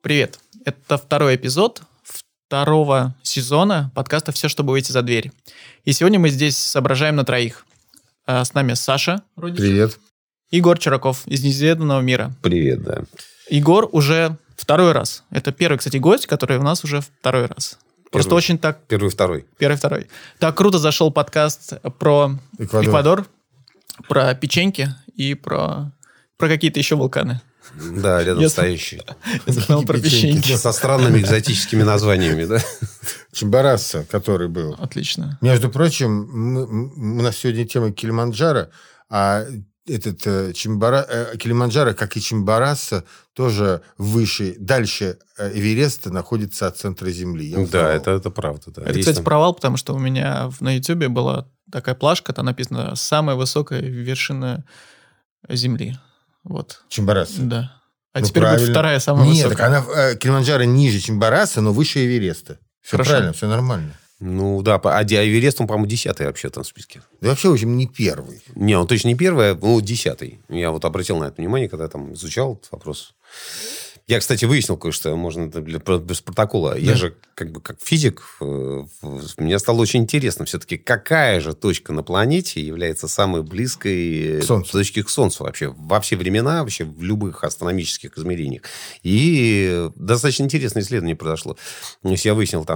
Привет. Это второй эпизод второго сезона подкаста «Все, чтобы выйти за дверь». И сегодня мы здесь соображаем на троих. С нами Саша Родич. Привет. Егор Чураков из «Неизведанного мира». Привет, да. Егор уже второй раз. Это первый, кстати, гость, который у нас уже второй раз. Просто очень так... Первый-второй. Первый-второй. Так круто зашел подкаст про Эквадор, про печеньки и про какие-то еще вулканы. Да, рядом стоящие. Я запомнил про печеньки. Со странными экзотическими названиями, да? Чимборасо, который был. Отлично. Между прочим, у нас сегодня тема Килиманджаро, а этот Килиманджаро, как и Чимборасо, тоже выше, дальше Эвереста находится от центра Земли. Да, это правда. Да. Это, кстати, провал, потому что у меня на Ютубе была такая плашка, там написано «Самая высокая вершина Земли». Вот. Чимборасо. Да. А теперь будет вторая самая высокая. Нет, так она Килиманджаро ниже Чимборасо, но выше Эвереста. Все Хорошо. правильно, все нормально. Ну да, а Эверест, он, по-моему, 10-й вообще там в списке. Да вообще, в общем, не первый. Не, он точно не первый, но 10-й. Я вот обратил на это внимание, когда там изучал этот вопрос. Я, кстати, выяснил кое-что, можно без протокола. Да. Я же как физик, мне стало очень интересно все-таки, какая же точка на планете является самой близкой точке к Солнцу вообще во все времена, вообще в любых астрономических измерениях. И достаточно интересное исследование произошло. То есть я выяснил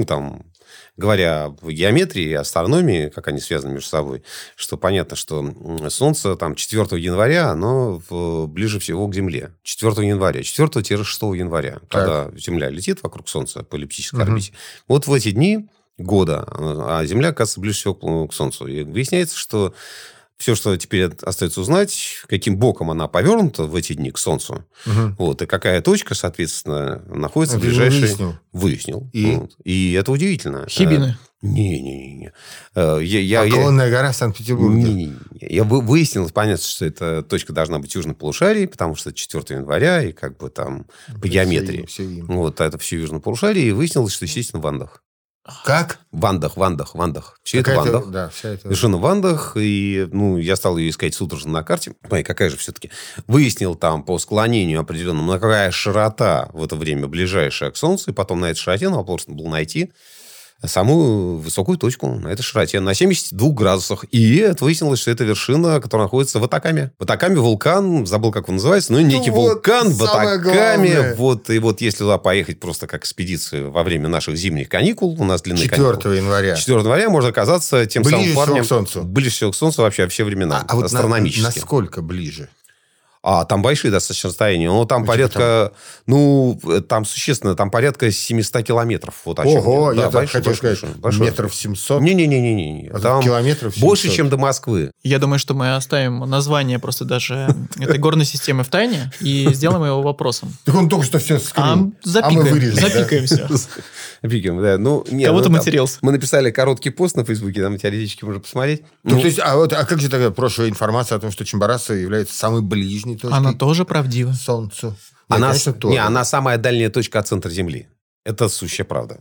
говоря о геометрии и астрономии, как они связаны между собой, что понятно, что Солнце 4 января, оно ближе всего к Земле. 4 января. 4-6 января, когда Земля летит вокруг Солнца по эллиптической орбите. Вот в эти дни года, а Земля, оказывается, ближе всего к Солнцу. И выясняется, что все, что теперь остается узнать, каким боком она повернута в эти дни к Солнцу, и какая точка, соответственно, находится в ближайшей... Выяснил. И это удивительно. Хибины? Не-не-не. Поклонная гора в Санкт-Петербурге. Не-не-не. Я выяснил, понятно, что эта точка должна быть в южном полушарии, потому что 4 января, и по геометрии. Это все в южном полушарии. И выяснилось, что, естественно, в Андах. Как? В Андах. Все это в Андах. Да, вся это... Совершенно в Андах. И я стал ее искать судорожно на карте. Какая же все-таки? Выяснил там по склонению определенному, какая широта в это время ближайшая к Солнцу. И потом на этой широте нам должен был найти самую высокую точку на этой широте, на 72 градусах. И это выяснилось, что это вершина, которая находится в Атакаме. В Атакаме вулкан, забыл, как он называется, но некий вулкан в Атакаме. И если туда поехать просто как экспедицию во время наших зимних каникул, у нас длинные каникулы. 4 января. 4 января можно оказаться тем самым парнем. Ближе всего к Солнцу. Ближе всего к Солнцу вообще во все времена. Астрономически. Насколько ближе? Там большие достаточно расстояния. Там порядка... там существенно. Там порядка 700 километров. Ого, я хотел сказать, метров 700? Не-не-не. Там километров 700. Больше, чем до Москвы. Я думаю, что мы оставим название просто даже этой горной системы в тайне и сделаем его вопросом. Так он только что все скрыл. Запикаем все. Запикаем, да. Кого-то матерился. Мы написали короткий пост на Фейсбуке, там теоретически можно посмотреть. А как же тогда прошлая информация о том, что Чимборасо является самой ближней точкой? Она тоже правдива. Солнцу. Она самая дальняя точка от центра Земли. Это сущая правда.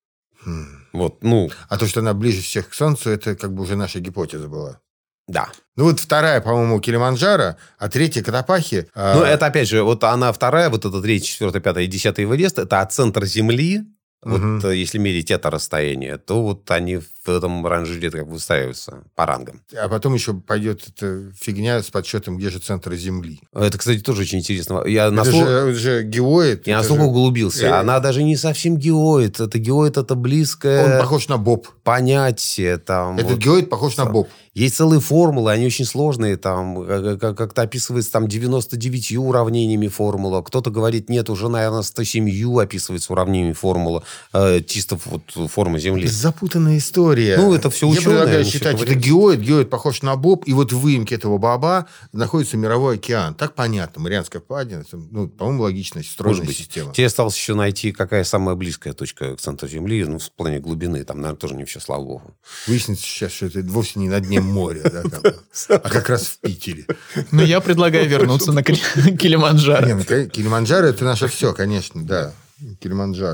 А то, что она ближе всех к Солнцу, это уже наша гипотеза была. Да. Вторая, по-моему, Килиманджаро, а третья Котопахи. Это опять же, она вторая, это 3, 4, 5 и 10 Эверест, это от центра Земли. Если мерить это расстояние, то они в этом ранжире выстраиваются по рангам. А потом еще пойдет эта фигня с подсчетом, где же центр Земли. Это, кстати, тоже очень интересно. Это же геоид. Я настолько углубился. Она даже не совсем геоид. Это близкое... Он похож на боб. Понятие. Этот геоид похож на боб. Есть целые формулы, они очень сложные. Как-то описывается 99 уравнениями формула. Кто-то говорит, нет, уже, наверное, 107 описывается уравнениями формула. Чисто форма Земли. Запутанная история. Это все ученые. Я предлагаю считать, это геоид похож на боб, и в выемке этого боба находится мировой океан. Так понятно. Марианская впадина. По-моему, логичная стройная система. Тебе осталось еще найти, какая самая близкая точка к центру Земли, в плане глубины. Там, наверное, тоже не все, слава богу. Выяснится сейчас, что это вовсе не на дне моря, а как раз в Питере. Я предлагаю вернуться на Килиманджаро. Килиманджаро – это наше все, конечно, да. Килиманджаро.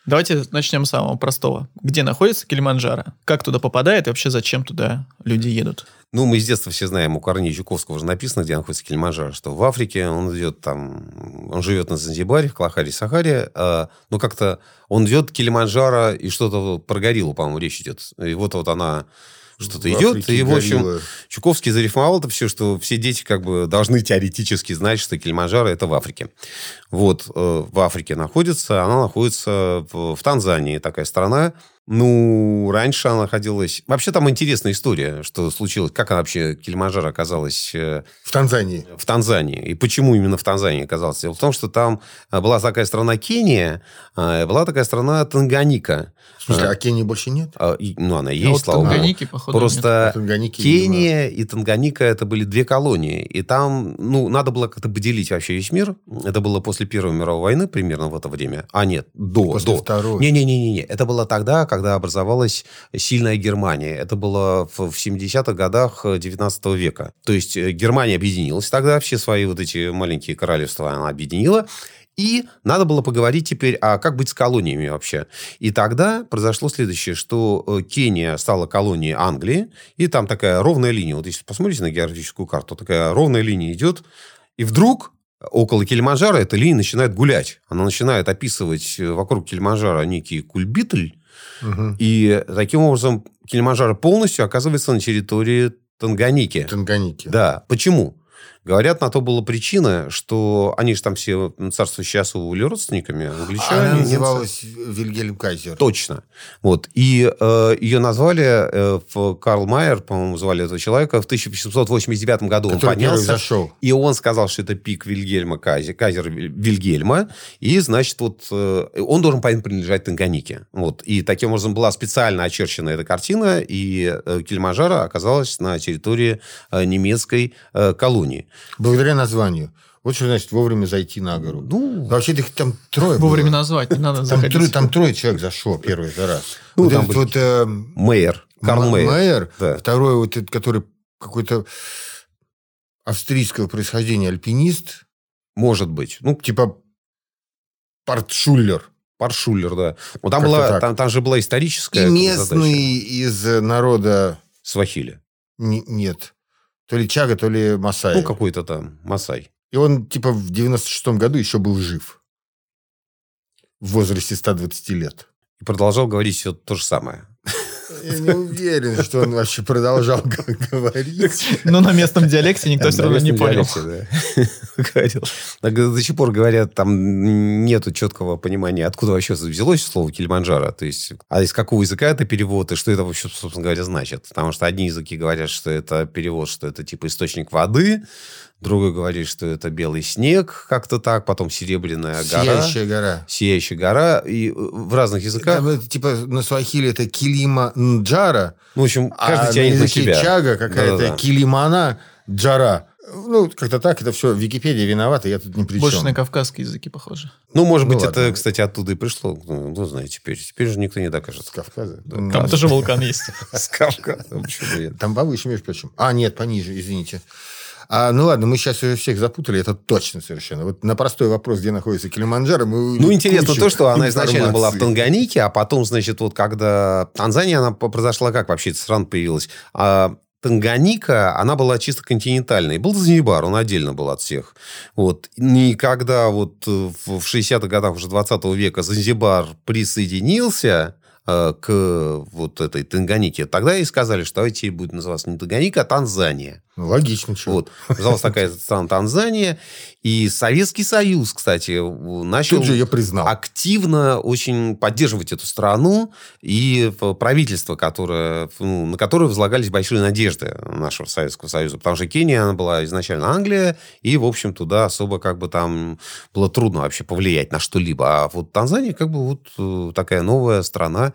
Давайте начнем с самого простого. Где находится Килиманджаро? Как туда попадает и вообще зачем туда люди едут? Ну, мы с детства все знаем, у Корнея Чуковского же написано, где находится Килиманджаро, что в Африке он идет там, он живет на Занзибаре, в Калахари-Сахаре, но как-то он идет Килиманджаро, и что-то про гориллу, по-моему, речь идет. И вот она что-то идет, и, в общем, Чуковский зарифмовал это все, что все дети как бы должны теоретически знать, что Килиманджаро это в Африке. Вот, в Африке находится, она находится в Танзании, такая страна. Ну, раньше она находилась... Вообще там интересная история, что случилось. Как она вообще, Килиманджаро, оказалась... В Танзании. В Танзании. И почему именно в Танзании оказалась? Дело в том, что там была такая страна Кения, была такая страна Танганьика. В смысле, а Кении больше нет? Она есть, слава богу. Танганьики, походу, Просто Танганьики, Кения и Танганьика это были две колонии. И там, надо было как-то поделить вообще весь мир. Это было после Первой мировой войны примерно в это время. А нет, до. Второй. Не-не-не. Это было тогда, когда образовалась сильная Германия. Это было в 70-х годах 19 века. То есть Германия объединилась тогда, все свои вот эти маленькие королевства она объединила. И надо было поговорить теперь, а как быть с колониями вообще. И тогда произошло следующее, что Кения стала колонией Англии, и там такая ровная линия. Вот если посмотрите на географическую карту, такая ровная линия идет, и вдруг около Килиманджаро эта линия начинает гулять. Она начинает описывать вокруг Килиманджаро некий кульбитль, и таким образом Килиманджаро полностью оказывается на территории Танганьики. Да. Почему? Говорят, на то была причина, что они же там все царствующие особы были родственниками, англичане. Она называлась Вильгельм Кайзер. Точно. Вот. И ее назвали, Карл Майер, по-моему, звали этого человека, в 1889 году он поднялся. Зашел. И он сказал, что это пик Вильгельма Кайзера Вильгельма. И, значит, вот он должен принадлежать Танганьике. Вот. И таким образом была специально очерчена эта картина, и Килиманджаро оказалась на территории немецкой колонии. Благодаря названию. Вот что значит вовремя зайти на гору. Вообще-то их там трое Вовремя было. назвать, не надо заходить. Там трое человек зашло первый раз. Мэйер. Карл Мэйер. Да. Второй, вот этот, который какой-то австрийского происхождения альпинист. Может быть. Типа Партшуллер. Партшуллер, да. Вот там же была историческая и местный задача. Из народа... Свахили. Нет. То ли Чага, то ли Масай. Какой-то там Масай. И он, типа, в 96-м году еще был жив. В возрасте 120 лет. И продолжал говорить все то же самое. Я не уверен, что он вообще продолжал говорить. Но на местном диалекте никто все равно не понял. Говорил. До сих пор говорят, там нету четкого понимания, откуда вообще взялось слово Килиманджаро. То есть, а из какого языка это перевод, и что это вообще, собственно говоря, значит. Потому что одни языки говорят, что это перевод, что это типа источник воды, другой говорит, что это белый снег, как-то так, потом серебряная гора. Сияющая гора. И в разных языках... Типа на суахили это Килиманджаро. В общем, каждый тянет на себя. Чага какая-то, Килимана Джара. Как-то так, это все. Википедия виновата, я тут ни при чем. Больше на кавказские языки похоже. Может быть, это, кстати, оттуда и пришло. Знаете, теперь же никто не докажет. С Кавказа? Там тоже вулкан есть. С Кавказа. Там повыше, между прочим. Нет, пониже, извините. Ладно, мы сейчас всех запутали, это точно совершенно. Вот на простой вопрос, где находится Килиманджаро, мы... интересно то, что она изначально была в Танганьике, а потом, значит, вот когда Танзания, она произошла как вообще, эта страна появилась? Танганьика, она была чисто континентальной. Был Занзибар, он отдельно был от всех. Вот. И когда вот в 60-х годах уже 20 века Занзибар присоединился к вот этой Танганьике, тогда и сказали, что давайте будет называться не Танганьика, а Танзания. Логично. Чего? Вот. Называлась такая страна Танзания. И Советский Союз, кстати, начал тут же ее признал. Активно очень поддерживать эту страну. И правительство, на которое возлагались большие надежды нашего Советского Союза. Потому что Кения, она была изначально Англия. И, в общем, туда особо там было трудно вообще повлиять на что-либо. А вот Танзания такая новая страна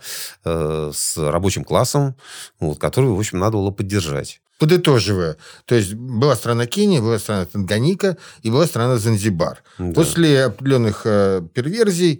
с рабочим классом, которую, в общем, надо было поддержать. Подытоживая, то есть была страна Кения, была страна Танганьика и была страна Занзибар. Да. После определенных перверзий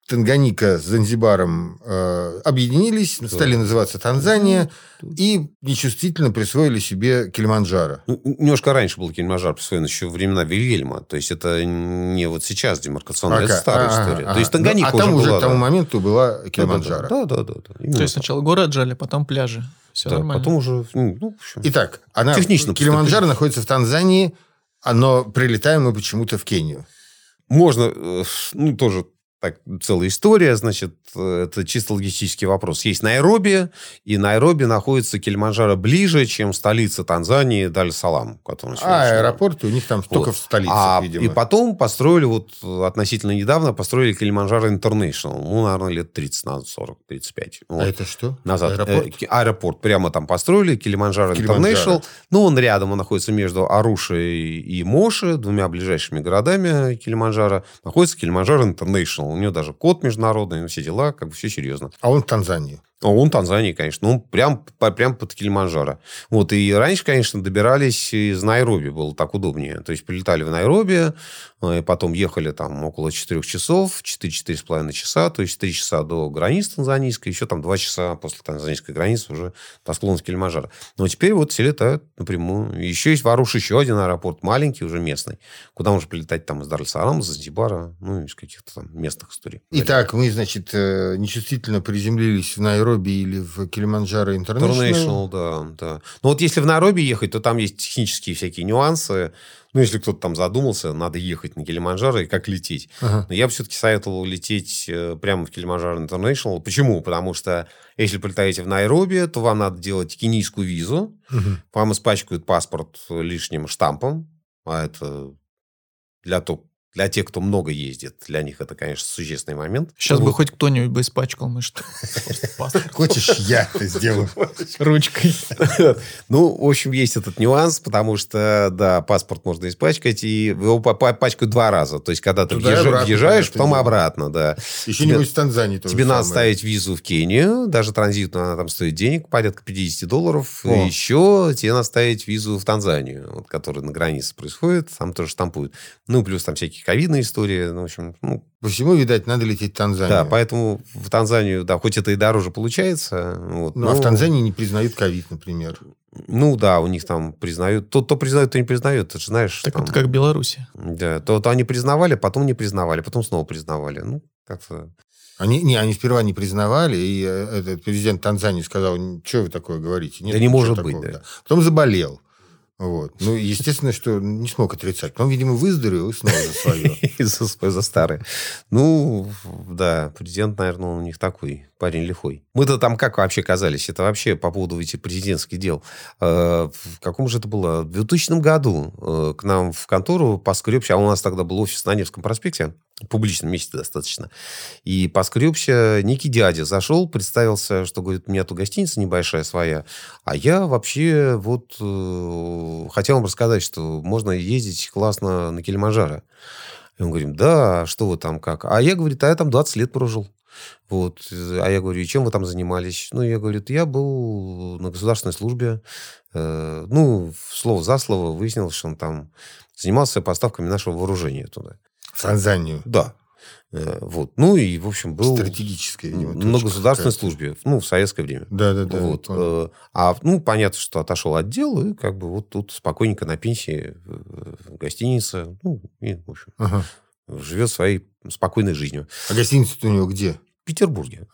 Танганьика с Занзибаром объединились, стали называться Танзания и нечувствительно присвоили себе Килиманджаро. Немножко раньше был Килиманджаро присвоен, еще во времена Вильгельма. То есть это не вот сейчас демаркационная, это старая история. То есть Танганьика уже была, к тому моменту была Килиманджаро. Да. То есть сначала горы отжали, потом пляжи. Все нормально. Потом уже... в общем, Итак, технично Килиманджаро находится в Танзании, но прилетаем мы почему-то в Кению. Можно, тоже... Так, целая история, значит, это чисто логистический вопрос. Есть Найроби, и Найроби находится Килиманджаро ближе, чем столица Танзании Дар-эс-Салам. Аэропорты у них там только в столице, видимо. И потом построили, относительно недавно, построили Килиманджаро Интернешнл. Наверное, лет 30 назад, 40, 35. А это что? Назад. Аэропорт прямо там построили, Килиманджаро Интернешнл. Он рядом, он находится между Арушей и Моши, двумя ближайшими городами Килиманджаро. Находится Килиманджаро Интернешнл. У него даже код международный, все дела, все серьезно. А он в Танзании? Он в Танзании, конечно. Он прям под Килиманджаро. И раньше, конечно, добирались из Найроби. Было так удобнее. То есть, прилетали в Найроби, и потом ехали там около 4 часов, 4-4,5 часа. То есть, 3 часа до границы танзанийской, еще там 2 часа после танзанийской границы уже по склону Килиманджаро. Но теперь все летают напрямую. Еще есть в Аруше еще один аэропорт, маленький, уже местный, куда можно прилетать там из Дар-эс-Салама, из Занзибара, из каких-то там местных историй. Итак, мы, значит, нечувствительно приземлились в Найроби или в Килиманджаро Интернешнл. Да. Но если в Найроби ехать, то там есть технические всякие нюансы. Если кто-то там задумался, надо ехать на Килиманджаро и как лететь. Но я бы все-таки советовал лететь прямо в Килиманджаро Интернешнл. Почему? Потому что если прилетаете в Найроби, то вам надо делать кенийскую визу. Вам испачкают паспорт лишним штампом. А это для тех, кто много ездит, для них это, конечно, существенный момент. Сейчас бы хоть кто-нибудь бы испачкал, мы что? Хочешь, я это сделаю? Ручкой. В общем, есть этот нюанс, потому что, да, паспорт можно испачкать, и его пачкают 2 раза. То есть, когда ты въезжаешь, потом обратно, да. Еще нибудь в Танзании тоже. Тебе надо ставить визу в Кению, даже транзитную, она там стоит денег, порядка $50. И еще тебе надо ставить визу в Танзанию, которая на границе происходит, там тоже штампуют. Плюс там всякие ковидные истории, в общем... По всему, видать, надо лететь в Танзанию. Да, поэтому в Танзанию, да, хоть это и дороже получается... А в Танзании не признают ковид, например. Да, у них там признают... То признают, то не признают, ты же знаешь... Так это как в Беларуси. Да, то они признавали, потом не признавали, потом снова признавали. Как-то... Они сперва не признавали, и этот президент Танзании сказал, что вы такое говорите? Нет, не может быть, да. Потом заболел. Естественно, что не смог отрицать. Он, видимо, выздоровел и снова за свое. За старое. Да, президент, наверное, у них такой парень лихой. Мы-то там как вообще оказались? Это вообще по поводу этих президентских дел. В каком же это было? В 2000 году к нам в контору поскребся, а у нас тогда был офис на Невском проспекте, в публичном месте достаточно. И поскребся некий дядя. Зашел, представился, что, говорит, у меня тут гостиница небольшая своя, а я вообще хотел вам рассказать, что можно ездить классно на Килиманджаро. И он говорит, да, что вы там, как? А я, говорит, я там 20 лет прожил. А я говорю, и чем вы там занимались? Я, говорит, я был на государственной службе. Слово за слово выяснилось, что он там занимался поставками нашего вооружения туда. В Танзанию? Да. И, в общем, был стратегическая, видимо, на государственной службе, в советское время. Да. Понятно, что отошел от дел, и тут спокойненько на пенсии в гостинице, в общем, живет своей спокойной жизнью. А гостиница-то у него где? В Петербурге.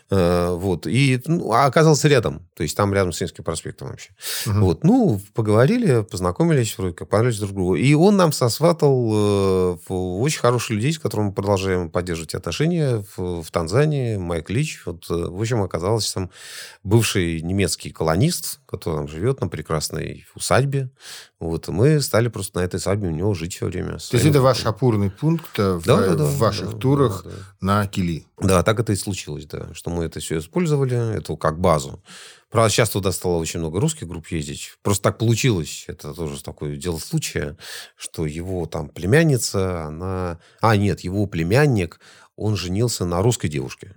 И оказался рядом. То есть, там рядом с Невским проспектом вообще. Поговорили, познакомились, вроде как понравились друг другу. И он нам сосватал очень хороших людей, с которыми мы продолжаем поддерживать отношения в Танзании. Майк Лич. В общем, оказался там бывший немецкий колонист, который там живет на прекрасной усадьбе. Мы стали просто на этой усадьбе у него жить все время. То есть, это ваш опорный пункт в ваших турах на Кили? Да, так это и случилось, да, что мы это все использовали, это как базу. Правда, сейчас туда стало очень много русских групп ездить. Просто так получилось, это тоже такое дело случая, что его там племянница, его племянник, он женился на русской девушке.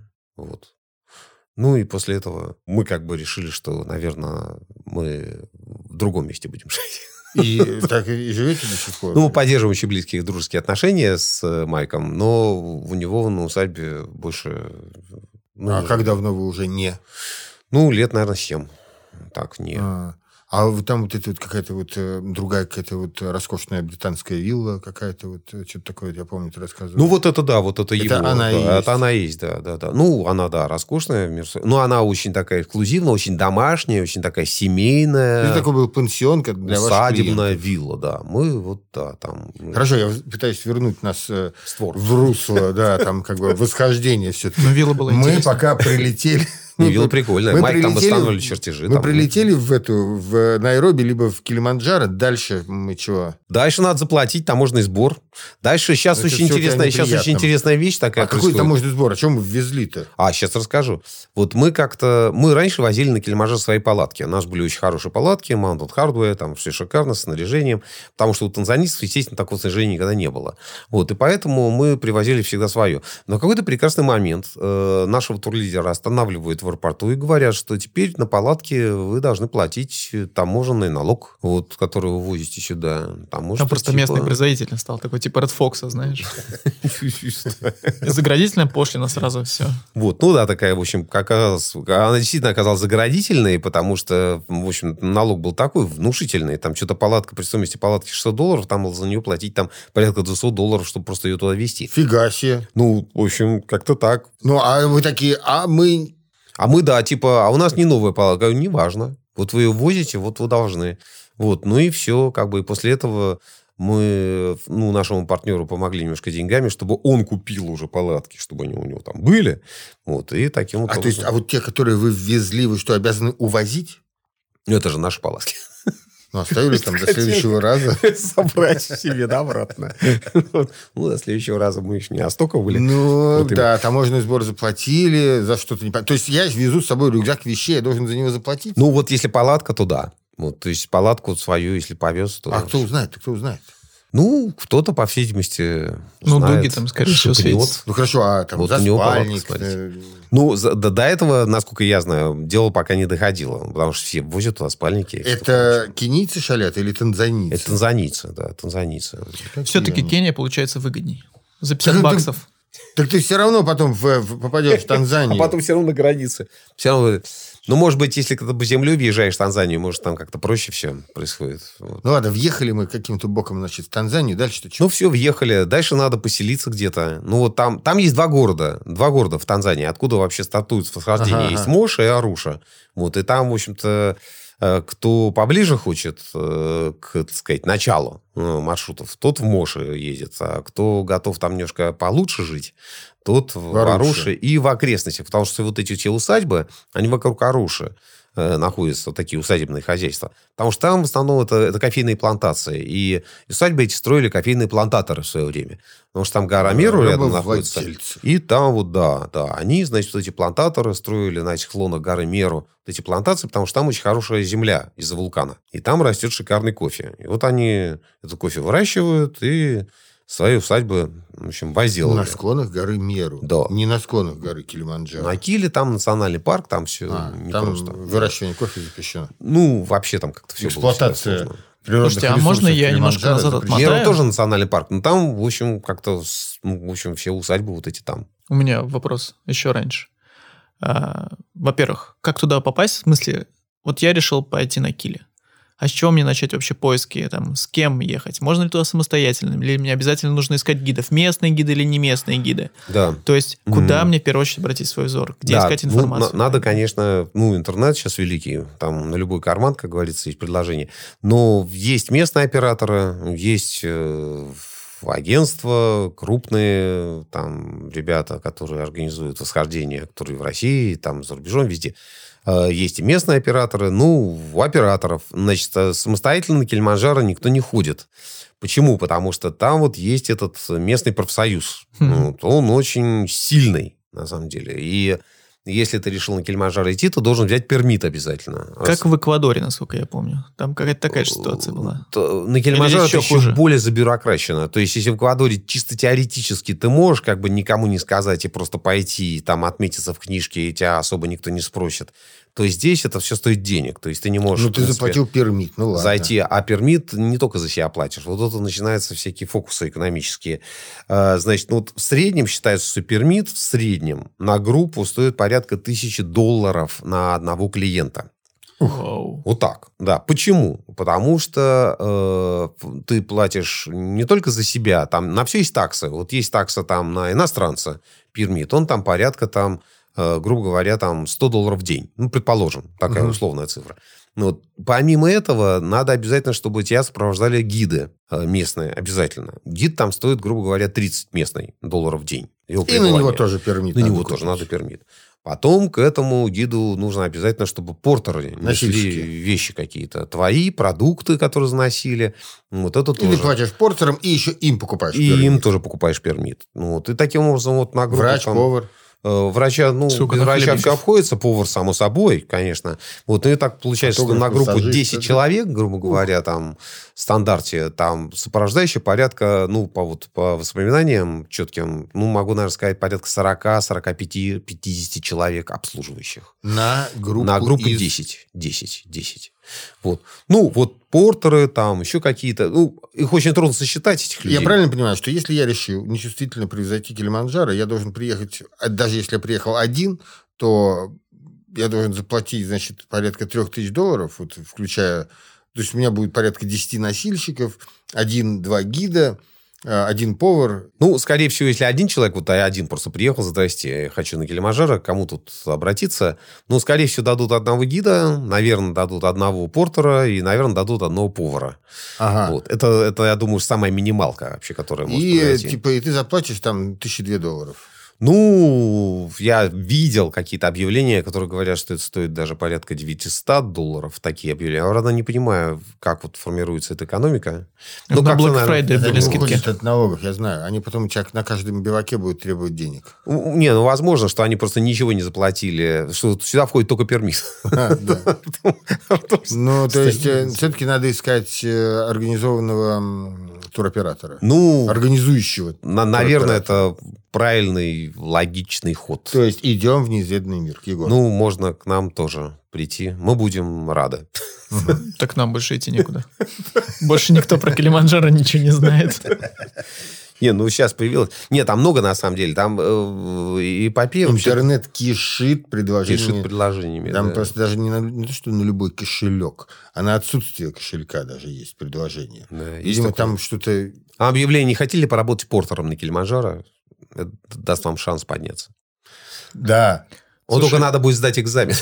И после этого мы решили, что, наверное, мы в другом месте будем жить. И так и живете до сих пор? Ну, мы поддерживаем очень близкие дружеские отношения с Майком, но у него на усадьбе больше... А как давно вы уже не? Ну, лет, наверное, 7. Так, не. А вот там вот это вот какая-то вот другая какая-то вот роскошная британская вилла какая-то вот, что-то такое, я помню, ты рассказывал. Ну, вот это да, вот это его. Она и есть. Это она и есть, да. Ну, она, да, роскошная. Ну, она очень такая эксклюзивная, очень домашняя, очень такая семейная. Это такой был пансион для ваших усадебная клиентов. вилла, да. Мы вот, да, там... Хорошо, я пытаюсь вернуть нас в русло, да, там как бы восхождение все-таки. Но вилла была Мы интересная. пока прилетели... Вилла прикольная. Майк там восстанавливали чертежи. Мы прилетели в Найроби, либо в Килиманджаро. Дальше мы чего? Дальше надо заплатить таможенный сбор. Дальше сейчас очень интересная вещь такая происходит. Какой таможенный сбор? О чем мы ввезли-то? Сейчас расскажу. Вот мы раньше возили на Килиманджаро свои палатки. У нас были очень хорошие палатки, Mountain Hardware, там все шикарно, с снаряжением. Потому что у танзанийцев, естественно, такого снаряжения никогда не было. Вот, и поэтому мы привозили всегда свое. Но в какой-то прекрасный момент нашего турлидера останавливают в аэропорту и говорят, что теперь на палатке вы должны платить таможенный налог, вот, который вы возите сюда. Там просто местный производитель стал такой, типа Red Fox, знаешь. Заградительная пошлина сразу, все. Вот, ну да, такая, в общем, она действительно оказалась заградительной, потому что, в общем, налог был такой внушительный. Там что-то палатка, при стоимости палатки $600, там было за нее платить там порядка $200, чтобы просто ее туда везти. Фига себе. Ну, в общем, как-то так. Ну, а вы такие, А мы, да, типа, а у нас не новая палатка. Я говорю, неважно. Вот вы ее возите, вот вы должны. Вот, ну и все, как бы, и после этого мы, нашему партнеру помогли немножко деньгами, чтобы он купил уже палатки, чтобы они у него там были. Вот, и таким вот образом. А вот те, которые вы ввезли, вы что, обязаны увозить? Ну, это же наши палатки. Ну, оставили там до следующего раза. Собрать себе обратно. Ну, до следующего раза мы еще не настолько были. Ну, да, таможенный сбор заплатили, за что-то не... То есть, я везу с собой рюкзак вещей, я должен за него заплатить? Ну, вот если палатка, то да. Вот, то есть, палатку свою, если повез, то... А кто узнает? Ну, кто-то, по всей видимости, знает. Ну, дуги там, скорее всего, светятся. Ну, хорошо, а там вот заспальник... Ну, до этого, насколько я знаю, дело пока не доходило. Потому что все возят туда спальники. Это кенийцы шалят или танзанийцы? Это танзанийцы, да, танзанийцы. Все-таки Кения получается выгодней. За $50. Так ты все равно потом попадешь в Танзанию. А потом все равно на границе. Все равно... Ну, может быть, если ты по земле въезжаешь в Танзанию, может, там как-то проще все происходит. Вот. Ну, ладно, въехали мы каким-то боком, значит, в Танзанию. Дальше-то что? Ну, все, въехали. Дальше надо поселиться где-то. Ну, вот там есть два города в Танзании, откуда вообще стартует восхождение. Есть Моша и Аруша. Вот, и там, в общем-то, кто поближе хочет к, так сказать, началу маршрутов, тот в Моше ездит. А кто готов там немножко получше жить, тот в Аруше и в окрестностях. Потому что вот эти все усадьбы, они вокруг Аруши находятся, такие усадебные хозяйства. Потому что там в основном это кофейные плантации. И усадьбы эти строили кофейные плантаторы в свое время. Потому что там гора Меру рядом находится. И там вот, да. Они, значит, вот эти плантаторы строили на этих склонах горы Меру вот эти плантации, потому что там очень хорошая земля из-за вулкана. И там растет шикарный кофе. И вот они этот кофе выращивают и свои усадьбы, в общем, возделывали. На склонах горы Меру. Да. Не на склонах горы Килиманджаро. На Киле там национальный парк, там все непросто. Там выращивание кофе запрещено. Ну, вообще там как-то все эксплуатация было. Слушайте, а можно я немножко назад отмотаю? Меру тоже национальный парк, но там, в общем, как-то, в общем, все усадьбы вот эти там. У меня вопрос еще раньше. Во-первых, как туда попасть? В смысле, вот я решил пойти на Киле. А с чего мне начать вообще поиски? Там, с кем ехать? Можно ли туда самостоятельно? Или мне обязательно нужно искать гидов? Местные гиды или не местные гиды? Да. То есть, куда мне в первую очередь обратить свой взор? Где искать информацию? Надо, конечно... интернет сейчас великий. Там на любой карман, как говорится, есть предложение. Но есть местные операторы, есть агентства крупные, там ребята, которые организуют восхождения, которые в России, там за рубежом, везде. Есть и местные операторы. У операторов, значит, самостоятельно на Килиманджаро никто не ходит. Почему? Потому что там вот есть этот местный профсоюз. Вот, он очень сильный, на самом деле. И если ты решил на Килиманджаро идти, то должен взять пермит обязательно. Как в Эквадоре, насколько я помню. Там какая-то такая же ситуация была. На Килиманджаро это еще более забюрокращено. То есть, если в Эквадоре чисто теоретически ты можешь как бы никому не сказать и просто пойти, там, отметиться в книжке, и тебя особо никто не спросит, то здесь это все стоит денег. То есть ты не можешь... Ну, ты заплатил пермит, ну ладно. Зайти, а пермит не только за себя платишь. Вот это начинаются всякие фокусы экономические. Значит, ну, вот в среднем считается, что пермит в среднем на группу стоит порядка $1000 на одного клиента. Вау. Вот так, да. Почему? Потому что ты платишь не только за себя, там на все есть такса. Вот есть такса там на иностранца, пермит, он там порядка там, грубо говоря, там $100 в день. Ну, предположим, такая условная цифра. Но вот, помимо этого, надо обязательно, чтобы тебя сопровождали гиды местные, обязательно. Гид там стоит, грубо говоря, 30 местный долларов в день. И на него тоже пермит. На него тоже надо пермит. Потом к этому гиду нужно обязательно, чтобы портеры несли вещи какие-то. Твои продукты, которые заносили. Вот это тоже. И ты платишь портерам, и еще им покупаешь пермит. И им тоже покупаешь пермит. Вот. И таким образом вот на группу... Врач, повар. Врача, ну, Сука, без врача все обходится, повар, само собой, конечно. Вот, и так получается, что на группу 10 человек, грубо говоря, там, в стандарте, там, сопровождающие порядка, ну, по воспоминаниям четким, ну, могу, наверное, сказать, порядка 40, 45, 50 человек обслуживающих. На группу На группу 10. Вот. Ну, вот портеры, там, еще какие-то. Ну, их очень трудно сосчитать, этих людей. Я правильно понимаю, что если я решил нечувствительно превзойти Килиманджаро, я должен приехать, даже если я приехал один, то я должен заплатить, значит, порядка $3000, вот, включая... То есть у меня будет порядка 10 носильщиков, 1-2 гида, 1 повар. Ну, скорее всего, если один человек, вот один просто приехал, здрасте, я хочу на Килиманджаро, к кому тут обратиться? Ну, скорее всего, дадут одного гида, наверное, дадут одного портера и, наверное, дадут одного повара. Ага. Вот. Это, я думаю, самая минималка вообще, которая может произойти. И ты заплатишь там $1002. Ну, я видел какие-то объявления, которые говорят, что это стоит даже порядка $900. Такие объявления. Я, правда, не понимаю, как вот формируется эта экономика. Ну, на Black Friday были Они скидки. уходят от налогов, я знаю. Они потом на каждом биваке будут требовать денег. Не, ну, возможно, что они просто ничего не заплатили, что сюда входит только пермит. Ну, то есть, все-таки надо искать организованного туроператора. Ну, организующего. Наверное, это правильный, логичный ход. То есть, идем в неизведанный мир, Егор. Ну, можно к нам тоже прийти. Мы будем рады. Так нам больше идти некуда. Больше никто про Килиманджаро ничего не знает. Не, ну сейчас появилось... Нет, там много на самом деле. Там эпопея... Интернет кишит предложениями. Кишит предложениями, Там да. просто даже не то, что на любой кошелек, а на отсутствие кошелька даже есть предложение. Да, Видимо, там что-то... А объявление: не хотели поработать портером на Килиманджаро? Это даст вам шанс подняться. Да. Вот только надо будет сдать экзамен.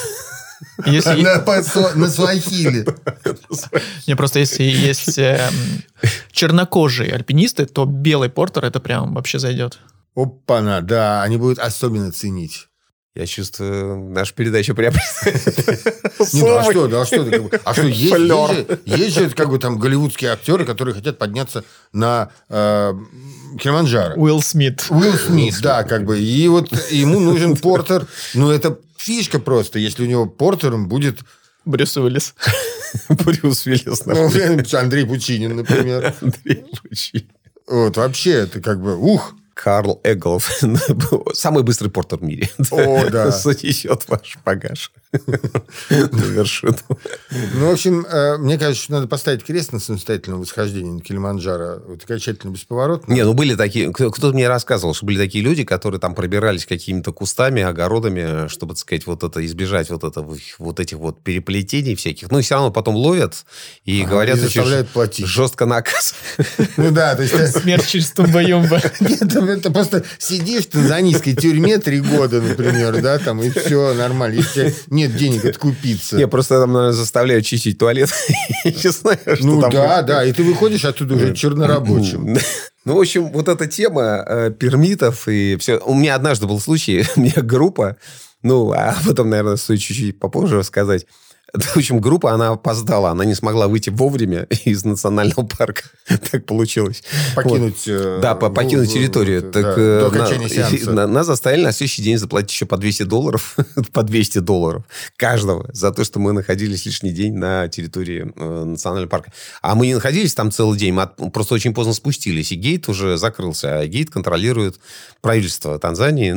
На суахили. Не, просто если есть чернокожие альпинисты, то белый портер это прям вообще зайдет. Опа-на, да, они будут особенно ценить. Я чувствую, наша передача приобретает. А что, есть же как бы там голливудские актеры, которые хотят подняться на Килиманджаро. Уилл Смит, да, как бы. И вот ему нужен портер. Ну, это фишка просто, если у него портером будет... Брюс Уиллис. Брюс Уиллис. Андрей Пучинин, например. Андрей Пучинин. Вот, вообще, это как бы... Карл Эглов. Самый быстрый портер в мире. О, да. Занесет ваш багаж на вершину. Ну, в общем, мне кажется, что надо поставить крест на самостоятельном восхождении на Килиманджаро. Вот окончательно бесповоротно. Не, ну были такие... Кто-то мне рассказывал, что были такие люди, которые там пробирались какими-то кустами, огородами, чтобы, так сказать, вот это избежать вот этих вот переплетений всяких. Ну, и все равно потом ловят и говорят... И заставляют платить. Жестко наказывают. Ну, да, то есть... Смерть через тумба-юмба. Нет, это просто сидишь в танзанийской тюрьме 3 года, например, да, там, и все нормально. Если нет денег откупиться. Я просто там, наверное, заставляю чистить туалет. Я не знаю, что ну, там. Да, и ты выходишь оттуда уже чернорабочим. Ну, в общем, вот эта тема пермитов и все. У меня однажды был случай, у меня группа, ну, а потом, наверное, стоит чуть-чуть попозже рассказать. В общем, группа, она опоздала, она не смогла выйти вовремя из национального парка. Так получилось. Покинуть... Да, покинуть территорию. Так, до окончания сеанса. Нас заставили на следующий день заплатить еще по $200. По $200 каждого за то, что мы находились лишний день на территории национального парка. А мы не находились там целый день, мы просто очень поздно спустились. И гейт уже закрылся. А гейт контролирует правительство Танзании. Ну,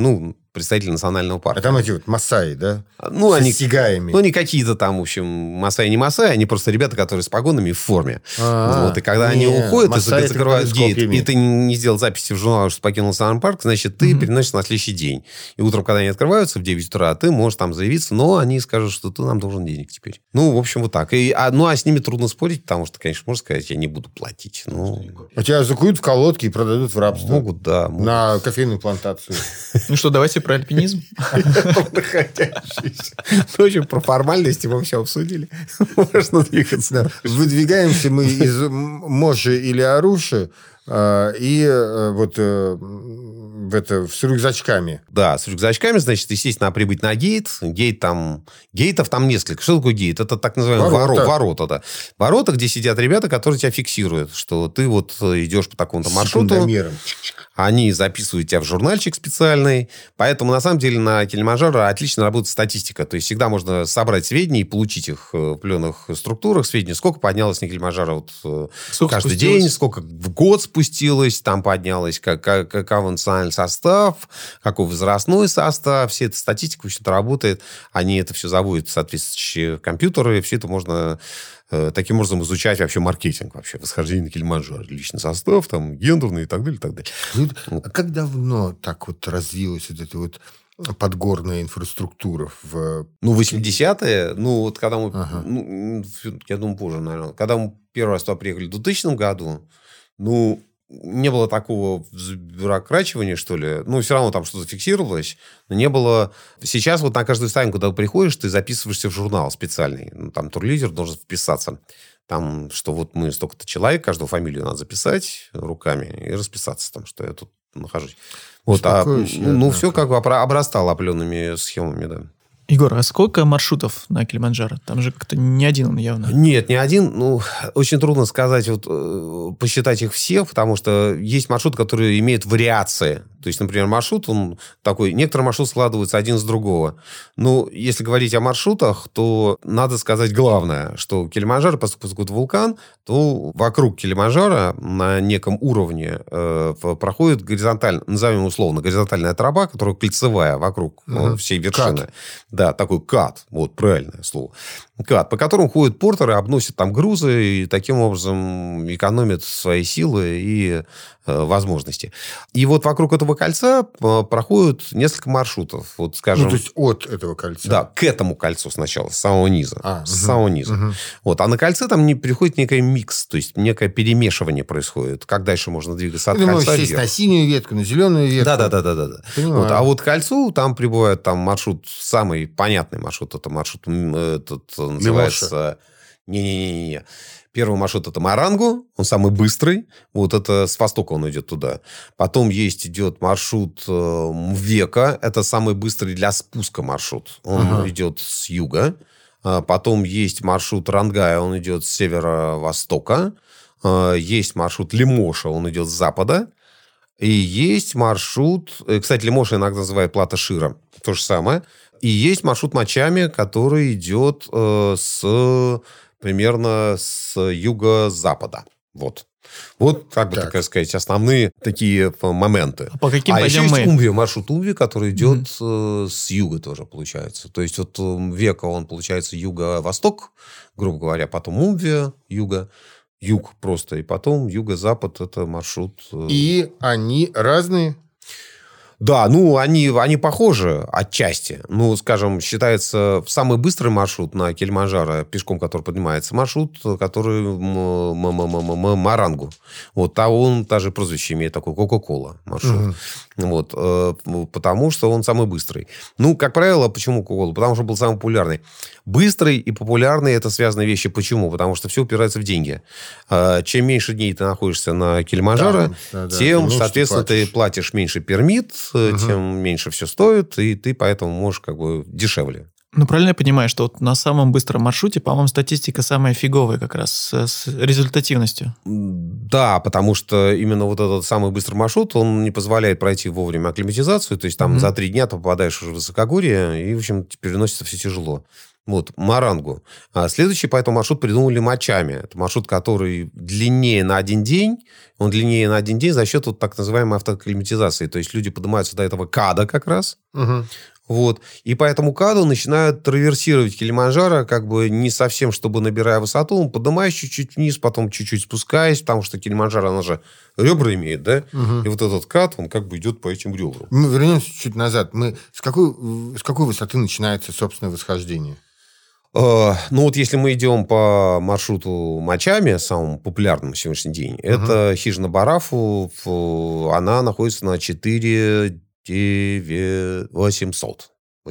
представители национального парка. А там эти вот масаи, да? Ну, они, сигаями. ну, они какие-то там, в общем, масаи не масаи, они просто ребята, которые с погонами и в форме. Вот, и когда они уходят, и закрывают гейт, и ты не сделал записи в журнале, что покинул национальный парк, значит, ты переносишь на следующий день. И утром, когда они открываются в 9 утра, ты можешь там заявиться, но они скажут, что ты нам должен денег теперь. Ну, в общем, вот так. Ну, а с ними трудно спорить, потому что, конечно, можно сказать, я не буду платить. Ну, а тебя закуют в колодки и продадут в рабство. Могут, да. Могут. На кофейную плантацию. Ну что, давайте про альпинизм. В общем, про формальности мы все обсудили. Можно двигаться. Выдвигаемся мы из Моши или Аруши и вот с рюкзачками. Да, с рюкзачками, значит, естественно, прибыть на гейт. Гейтов там несколько. Что такое гейт? Это так называемые ворота. Да. Ворота, где сидят ребята, которые тебя фиксируют, что ты вот идешь по такому-то маршруту. Они записывают тебя в журнальчик специальный. Поэтому, на самом деле, на Килиманджаро отлично работает статистика. То есть, всегда можно собрать сведения и получить их в определенных структурах. Сведения, сколько поднялось на Килиманджаро каждый день, сколько в год спустилось, там поднялось, какой национальный состав, какой возрастной состав. Вся эта статистика, в общем-то, работает. Они это все заводят в соответствующие компьютеры. Все это можно таким образом изучать вообще маркетинг, вообще восхождение на Килиманджаро, личный состав, там, гендерный и так далее, и так далее. А как давно так вот развилась вот эта вот подгорная инфраструктура в... Ну, 80-е, ну, вот когда мы... Ну, я думаю, позже, наверное. Когда мы первый раз туда приехали в 2000 году, ну, не было такого бюрокрачивания, что ли. Ну, все равно там что-то фиксировалось. Но не было... Сейчас вот на каждую ставку, когда приходишь, ты записываешься в журнал специальный. Ну, там турлидер должен вписаться. Там, что вот мы столько-то человек, каждую фамилию надо записать руками и расписаться там, что я тут нахожусь. Вот, все как бы обрастало определенными схемами, да. Егор, а сколько маршрутов на Килиманджаро? Там же как-то не один он явно. Нет, не один. Ну, очень трудно сказать, вот, посчитать их всех, потому что есть маршруты, которые имеют вариации. То есть, например, маршрут, он такой... Некоторые маршруты складываются один с другого. Ну, если говорить о маршрутах, то надо сказать главное, что Килиманджаро, поскольку это вулкан, то вокруг Килиманджаро на неком уровне проходит горизонтально, назовем условно, горизонтальная тропа, которая кольцевая вокруг всей вершины. Кат. Да, такой кат. Вот, правильное слово. Кат, по которому ходят портеры, обносят там грузы и таким образом экономят свои силы и возможности. И вот вокруг этого кольца проходят несколько маршрутов. Вот, скажем, ну, то есть от этого кольца. Да, к этому кольцу сначала, с самого низа. С самого низа. Вот. А на кольце там приходит некий микс, то есть некое перемешивание происходит. Как дальше можно двигаться от кольца вверх? На синюю ветку, на зеленую ветку. Да. Вот. А вот к кольцу там прибывает там маршрут, самый понятный маршрут. Это маршрут этот называется... Не-не-не. Первый маршрут – это Марангу, он самый быстрый. Вот это с востока он идет туда. Потом идет маршрут Мвека, это самый быстрый для спуска маршрут. Он идет с юга. Потом есть маршрут Рангая, он идет с северо-востока. Есть маршрут Лимоша, он идет с запада. И есть маршрут... Кстати, Лимоша иногда называют Плата Шира. То же самое. И есть маршрут Мачами, который идет примерно с юго-запада. Вот. Вот, как бы, так сказать, основные такие моменты. А по каким еще есть Умви, маршрут Умви, который идет с юга тоже, получается. То есть, вот Века, он, получается, юго-восток, грубо говоря, потом Умви, юг просто, и потом юго-запад, это маршрут... И они разные? Да, ну, они похожи отчасти. Ну, скажем, считается самый быстрый маршрут на Килиманджаро, пешком который поднимается, маршрут, который Марангу. Вот, а он даже прозвище имеет такой Кока-Кола маршрут. Вот, потому что он самый быстрый. Ну, как правило, почему Кока-Кола? Потому что был самый популярный. Быстрый и популярный – это связанные вещи. Почему? Потому что все упирается в деньги. Чем меньше дней ты находишься на Килиманджаро, тем, соответственно, ты платишь меньше пермит, тем меньше все стоит, и ты поэтому можешь как бы дешевле. Ну, правильно я понимаю, что вот на самом быстром маршруте, по-моему, статистика самая фиговая как раз с результативностью. Да, потому что именно вот этот самый быстрый маршрут, он не позволяет пройти вовремя акклиматизацию, то есть там за 3 дня ты попадаешь уже в высокогорье, и, в общем, переносится все тяжело. Вот, Марангу. А следующий по этому маршруту придумали Мачами. Это маршрут, который длиннее на один день. Он длиннее на один день за счет вот так называемой автоакклиматизации. То есть люди поднимаются до этого КАДа как раз. Угу. Вот. И по этому КАДу начинают траверсировать Килиманджаро, как бы не совсем, чтобы набирая высоту, поднимаясь чуть-чуть вниз, потом чуть-чуть спускаясь, потому что Килиманджаро, она же ребра имеет, да? Угу. И вот этот КАД, он как бы идет по этим ребрам. Мы вернемся чуть назад. С какой высоты начинается собственное восхождение? Ну, вот если мы идем по маршруту Мачами, самому популярному в сегодняшний день, это хижина Барафу, она находится на 4800.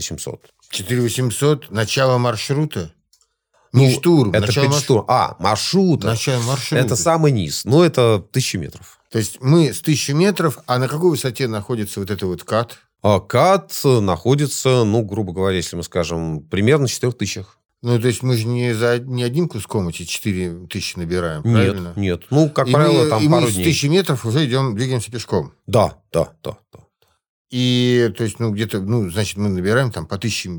4800, начало маршрута? Не штурм, это начало штурм. Маршрута. Начало маршрута. Это самый низ. Но это 1000 метров. То есть мы с 1000 метров, а на какой высоте находится вот это вот КАД? КАД находится, ну, грубо говоря, если мы скажем, примерно 4000. Ну, то есть мы же не одним куском эти 4000 набираем, правильно? Нет. Ну, как правило, там пару мы дней. с 1000 метров уже двигаемся пешком. Да. И, то есть, ну, где-то, ну, значит, мы набираем там по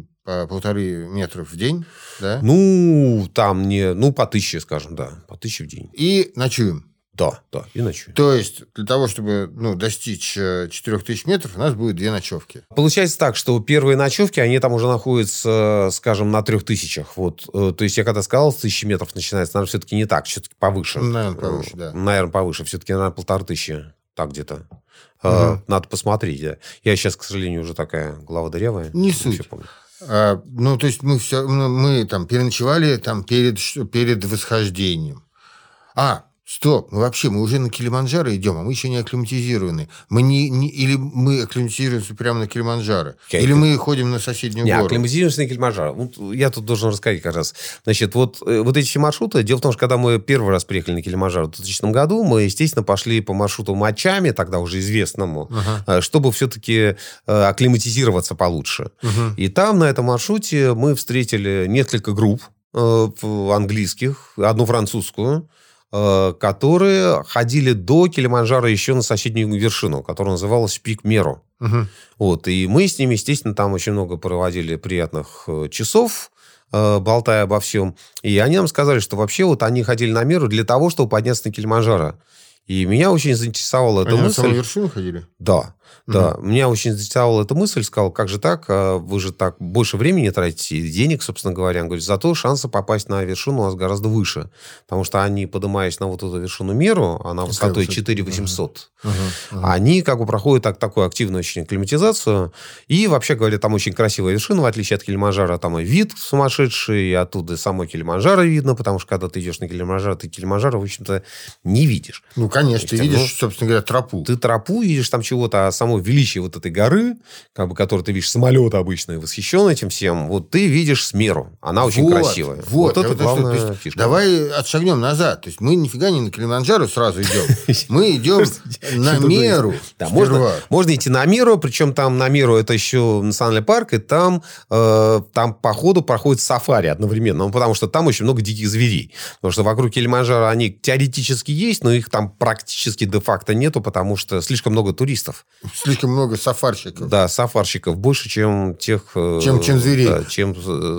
1,5 метров в день, да? Ну, там по 1000, скажем, да. По 1000 в день. И ночуем. Да, и ночуем. То есть, для того, чтобы достичь 4000 метров, у нас будет 2 ночевки. Получается так, что первые ночевки, они там уже находятся, скажем, на 3000. Вот. То есть, я когда сказал, с 1000 метров начинается, наверное, все-таки не так, все-таки повыше. Наверное, повыше, да. Наверное, повыше. Все-таки, наверное, 1500. Так где-то. Надо посмотреть. Да. Я сейчас, к сожалению, уже такая голова дырявая. Не суть. Ну, то есть, мы там переночевали там перед восхождением. Стоп, мы уже на Килиманджаро идем, а мы еще не акклиматизированы. Или мы акклиматизируемся прямо на Килиманджаро, или мы ходим на соседнюю гору. Акклиматизируемся на Килиманджаро. Вот я тут должен рассказать как раз. Значит, вот эти все маршруты. Дело в том, что когда мы первый раз приехали на Килиманджаро в 2000 году, мы, естественно, пошли по маршруту Мачами, тогда уже известному, чтобы все-таки акклиматизироваться получше. И там, на этом маршруте, мы встретили несколько групп английских, одну французскую, которые ходили до Килиманджаро еще на соседнюю вершину, которая называлась Пик Меро. Вот, и мы с ними, естественно, там очень много проводили приятных часов, болтая обо всем. И они нам сказали, что вообще вот они ходили на Меру для того, чтобы подняться на Килиманджаро. И меня очень заинтересовала эта мысль. На самую вершину ходили? Да. Меня очень заинтересовала эта мысль. Сказал, как же так? Вы же так больше времени тратите, и денег, собственно говоря. Он говорит, зато шансы попасть на вершину у нас гораздо выше. Потому что они, поднимаясь на вот эту вершину Меру, она высотой 4800, они как бы проходят такую активную очень акклиматизацию. И вообще говоря, там очень красивая вершина, в отличие от Килиманджаро. Там и вид сумасшедший, и оттуда самой Килиманджаро видно, потому что когда ты идешь на Килиманджаро, ты Килиманджаро, в общем-то, не видишь. Ну, конечно, ты видишь, собственно говоря, тропу. Ты тропу видишь там чего-то, а само величие вот этой горы, как бы, которую ты видишь с самолета обычно, и восхищен этим всем, вот ты видишь с Меру. Она очень красивая. Вот это главная фишка. Давай отшагнем назад. То есть мы нифига не на Килиманджаро сразу идем. Мы идем на Меру. Можно идти на Меру, причем там на Меру это еще национальный парк, и там по ходу проходит сафари одновременно, потому что там очень много диких зверей. Потому что вокруг Килиманджаро они теоретически есть, но их там практически де-факто нету, потому что слишком много туристов. Слишком много сафарщиков. Да, сафарщиков больше, чем тех... Чем зверей. Да, чем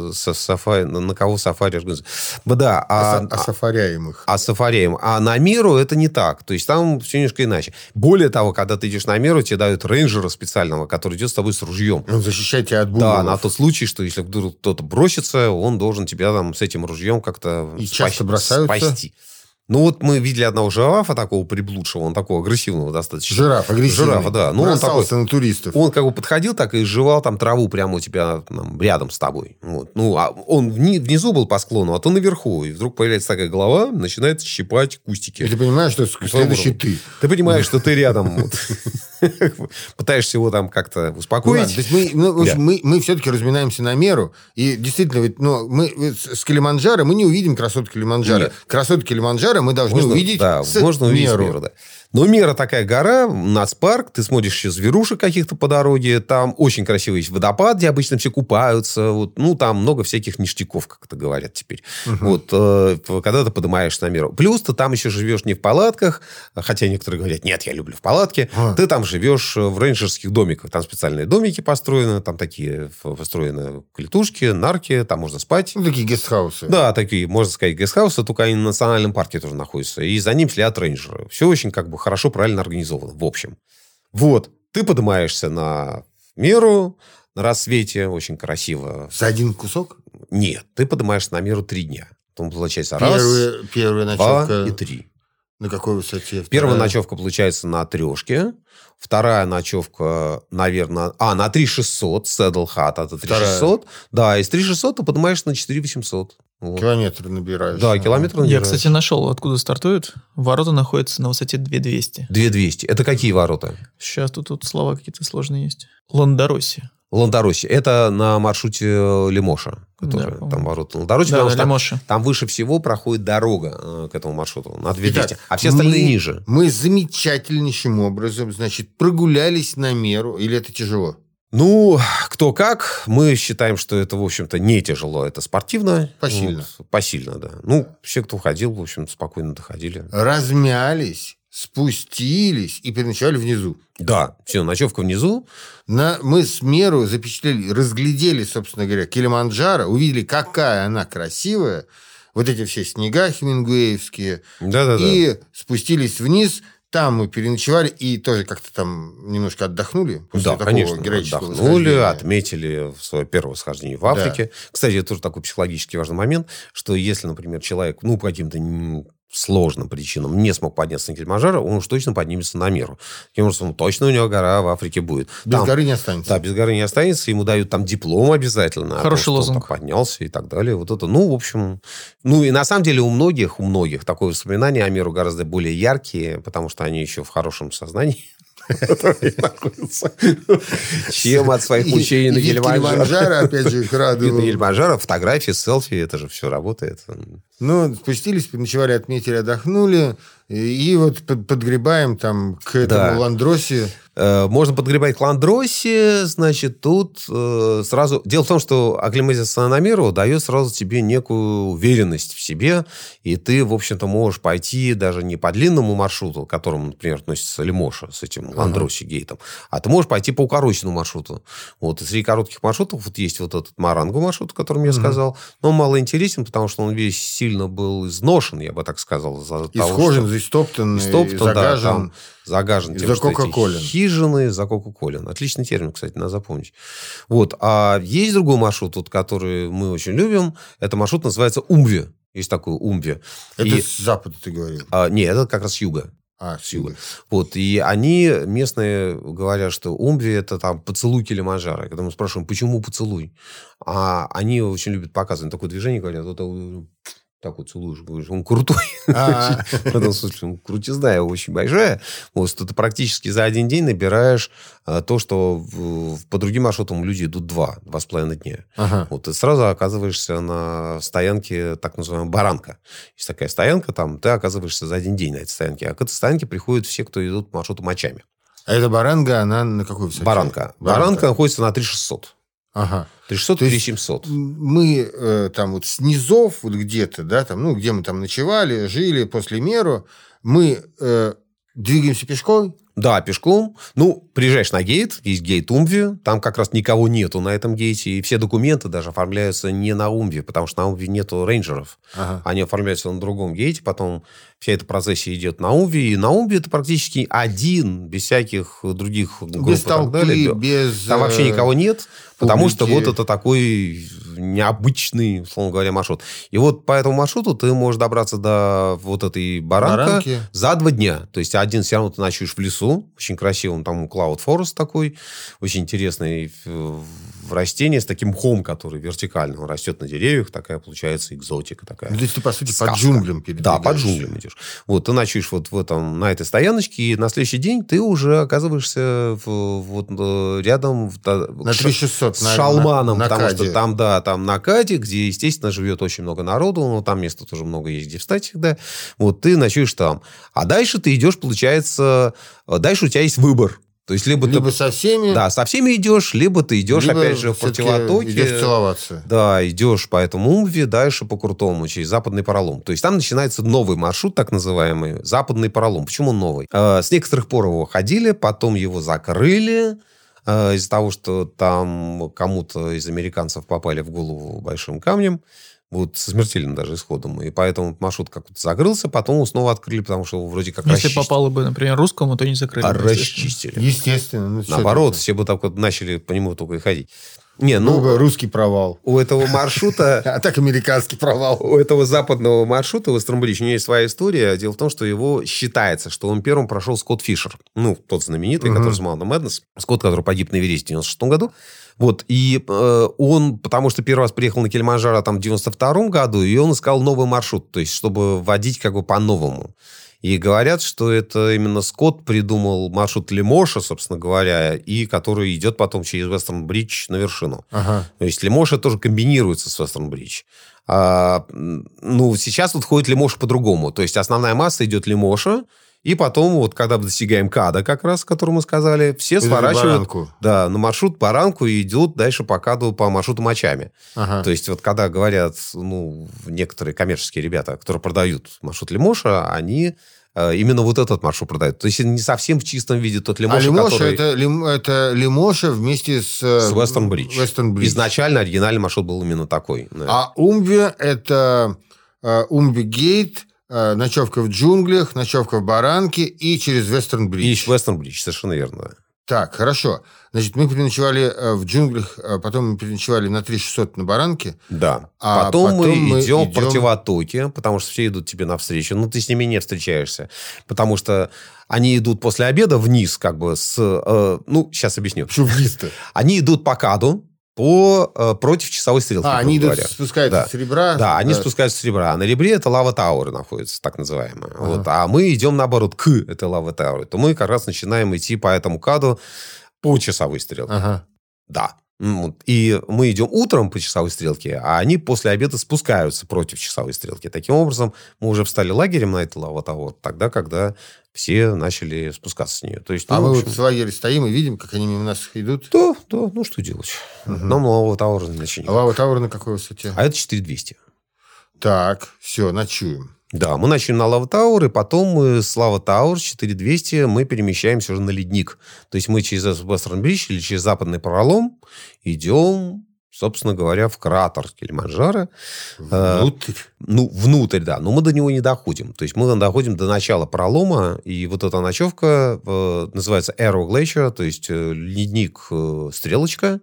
на кого сафари организуют. Да, сафаряемых. Сафаряем. А на Меру это не так. То есть там все немножко иначе. Более того, когда ты идешь на Меру, тебе дают рейнджера специального, который идет с тобой с ружьем. Он защищает тебя от бугров. Да, на тот случай, что если вдруг кто-то бросится, он должен тебя там с этим ружьем как-то спасти. Ну, вот мы видели одного жирафа такого приблудшего, он такого агрессивного достаточно. Жираф, агрессивный. Жирафа, да. Ну, он такой, на туристов. Он как бы подходил так и жевал там траву прямо у тебя там, рядом с тобой. Вот. Ну, а он внизу был по склону, а то наверху. И вдруг появляется такая голова, начинает щипать кустики. И ты понимаешь, что следующий ты. Ты понимаешь, что ты рядом. Пытаешься его там как-то успокоить. Мы все-таки разминаемся на Меру. И действительно, мы с Килиманджаро мы не увидим красоту Килиманджаро. Красоту Килиманджаро мы должны увидеть можно увидеть Меру, да. Но Мера такая гора, нацпарк, ты смотришь еще зверушек каких-то по дороге, там очень красивый есть водопад, где обычно все купаются, вот, ну, там много всяких ништяков, как это говорят теперь. Вот, когда ты поднимаешься на Меру. Плюс ты там еще живешь не в палатках, хотя некоторые говорят, нет, я люблю в палатке. Ты там живешь в рейнджерских домиках. Там специальные домики построены, там такие построены клетушки, нарки, там можно спать. Ну, такие гестхаусы. Да, такие, можно сказать, гестхаусы, только они в национальном парке тоже находятся. И за ним следят рейнджеры. Все очень как бы хорошо, правильно организовано, в общем. Вот. Ты поднимаешься на меру на рассвете, очень красиво. За один кусок? Нет, ты поднимаешься на меру 3 дня. Потом получается Первая 2 ночевка. и 3. На какой высоте? Первая ночевка получается на 3. Вторая ночевка, наверное... на 3600. Saddle Hut. Это 3600. Да, из 3600 ты поднимаешься на 4800. Вот. Километры набираешь. Да, километры набираешь. Я, кстати, нашел, откуда стартуют. Ворота находятся на высоте 2200. 2200. Это какие ворота? Сейчас тут слова какие-то сложные есть. Ландароси. Ландароси. Это на маршруте Лемоша. Который, Да, там ворота Ландароси. Да, потому что там выше всего проходит дорога к этому маршруту. На 2200. А все остальные ниже. Мы замечательнейшим образом, значит, прогулялись на меру. Или это тяжело? Ну, кто как. Мы считаем, что это, в общем-то, не тяжело. Это спортивно. Посильно. Вот, посильно, да. Ну, все, кто ходил, в общем, спокойно доходили. Размялись, спустились и переночевали внизу. Да, все, ночевка внизу. Мы с меру запечатлели, разглядели, собственно говоря, Килиманджаро, увидели, какая она красивая. Вот эти все снега хемингуэевские. Да-да-да. И спустились вниз. Там мы переночевали и тоже как-то там немножко отдохнули. После Да, такого конечно, героического отдохнули, восхождения. отметили свое первое восхождение в Африке. Да. Кстати, это тоже такой психологически важный момент, что если, например, человек, по каким-то сложным причинам не смог подняться на Килиманджаро, он уж точно поднимется на меру. Таким образом, точно у него гора в Африке будет. Без горы не останется. Да, без горы не останется. Ему дают там диплом обязательно. Хороший лозунг. Он поднялся и так далее. Вот это, в общем... и на самом деле у многих такое воспоминание о меру гораздо более яркие, потому что они еще в хорошем сознании находятся, чем от своих мучений на Килиманджаро, опять же, их радовал. На Килиманджаро, фотографии, селфи, это же все работает. Спустились, переночевали, отметили, отдохнули. И вот подгребаем там к этому Ландроси. Можно подгребать к Ландроси, значит, тут сразу... Дело в том, что акклиматизация на меру дает сразу тебе некую уверенность в себе, и ты, в общем-то, можешь пойти даже не по длинному маршруту, к которому, например, относится Лемоша с этим Ландроси гейтом, а ты можешь пойти по укороченному маршруту. Вот, и среди коротких маршрутов вот есть вот этот Марангу маршрут, о котором я сказал, но он мало интересен, потому что он весь сильно был изношен, я бы так сказал. Исхожен, заистоптан, загажен. Да, загажен тем, за что Кока-Колен. Хижины за Кока-Колен. Отличный термин, кстати, надо запомнить. Вот. А есть другой маршрут, который мы очень любим. Это маршрут называется Умви. Есть такой Умви. Это с запада ты говорил? Нет, это как раз с юга. С юга. Вот. И они, местные, говорят, что Умви – это там поцелуй Килиманджаро. Когда мы спрашиваем, почему поцелуй? А они очень любят показывать такое движение, говорят, так вот целуешь, говоришь, он крутой. В этом смысле, крутизна его очень большая. Вот, что ты практически за один день набираешь то, что по другим маршрутам люди идут 2,5 дня. Вот, ты сразу оказываешься на стоянке, так называемая Баранка. Есть такая стоянка, там ты оказываешься за один день на этой стоянке. А к этой стоянке приходят все, кто идут по маршруту Мачами. А эта Баранга, она на какой высоте? Баранка находится на 3600. 3600 и 700. Мы там вот с низов, вот где-то, да, там, где мы там ночевали, жили после меру, мы двигаемся пешком. Да, пешком. Приезжаешь на гейт, есть гейт Умви, там как раз никого нету на этом гейте, и все документы даже оформляются не на Умви, потому что на Умви нету рейнджеров. Они оформляются на другом гейте, потом вся эта процессия идет на Умви, и на Умви это практически один, без всяких других групп. Без толпы, без... Там вообще никого нет, потому что вот это такой необычный, условно говоря, маршрут. И вот по этому маршруту ты можешь добраться до вот этой Баранки за 2 дня. То есть один все равно ты ночуешь в лесу, очень красивым, там Cloud Forest такой, очень интересный растение с таким мхом, который вертикально, он растет на деревьях, такая получается экзотика такая. То есть ты, по сути, под джунглям передвигаешься. Да, под джунглям идешь. Вот, ты ночуешь вот на этой стояночке, и на следующий день ты уже оказываешься рядом на 3600, с Шалманом, потому что там на Каде, где, естественно, живет очень много народу, но там места тоже много есть, где встать всегда. Вот, ты ночуешь там. А дальше ты идешь, получается, дальше у тебя есть выбор. То есть, либо Либо со всеми, Да, со всеми идешь, либо ты идешь, либо опять же, в все-таки противотоке. идешь целоваться. Да, идешь по этому Умве дальше по крутому, через Западный Поролом. То есть там начинается новый маршрут, так называемый, Западный Поролом. Почему новый? С некоторых пор его ходили, потом его закрыли, из-за того, что там кому-то из американцев попали в голову большим камнем. Вот со смертельным даже исходом. И поэтому маршрут как-то закрылся, потом его снова открыли, потому что его вроде как Если попало бы, например, русскому, то не закрыли. расчистили. Естественно. Ну, Наоборот, все бы так вот начали по нему только и ходить. Не, русский провал. у этого маршрута... А так американский провал. У этого западного маршрута Western Bridge у него есть своя история. Дело в том, что его считается, что он первым прошел Скотт Фишер. Ну, тот знаменитый, который с Mountain Madness. Скотт, который погиб на Эвересте в 96 году. Вот, и он, потому что первый раз приехал на Килиманджаро там в 92 году, и он искал новый маршрут, то есть, чтобы водить как бы по-новому. И говорят, что это именно Скотт придумал маршрут Лимоша, собственно говоря, и который идет потом через Western Bridge на вершину. Ага. То есть Лимоша тоже комбинируется с Western Bridge. Сейчас вот ходит Лимоша по-другому. То есть основная масса идет Лимоша, и потом, вот когда мы достигаем КАДа, как раз, о котором мы сказали, все сворачивают на маршрут Баранку и идут дальше по КАДу по маршруту Мачами. Ага. То есть, вот когда говорят, некоторые коммерческие ребята, которые продают маршрут Лимоша, они именно вот этот маршрут продают. То есть, не совсем в чистом виде тот Лимоша, Лимоша который... это Лимоша вместе с Western Bridge. Western Bridge. Изначально оригинальный маршрут был именно такой. А Умве это Умве Гейт, ночевка в джунглях, ночевка в Баранке и через Western Bridge. И Western Bridge, совершенно верно. Так, хорошо. Значит, мы переночевали в джунглях, потом мы переночевали на 3600 на Баранке. Да. Потом мы идем в противотоке, потому что все идут тебе навстречу. Но ты с ними не встречаешься. Потому что они идут после обеда вниз, как бы с... сейчас объясню. Что вниз-то? Они идут по КАДу, против часовой стрелки. Они спускаются с ребра. Да, они спускаются с ребра. А на ребре это лава Тауэр находится, так называемая. Вот. А мы идем, наоборот, к этой лаве Тауэр. То мы как раз начинаем идти по этому КАДу по часовой стрелке. Ага. Да. И мы идем утром по часовой стрелке, а они после обеда спускаются против часовой стрелки. Таким образом, мы уже встали лагерем на этой лава Тауэр тогда, когда все начали спускаться с нее. То есть, мы вот в лагере стоим и видим, как они мимо нас идут? Да, что делать? Нам лава Тауэр значит. А лава Тауэр на какой высоте? А это 4200. Так, все, ночуем. Да, мы ночуем на Лава Тауэр, и потом мы с Лава Тауэр 4200 мы перемещаемся уже на ледник. То есть мы через Western Bridge или через Западный Поролом идем, собственно говоря, в кратер Килиманджаро. Внутрь? Внутрь, да. Но мы до него не доходим. То есть мы доходим до начала пролома, и вот эта ночевка называется Arrow Glacier, то есть ледник Стрелка,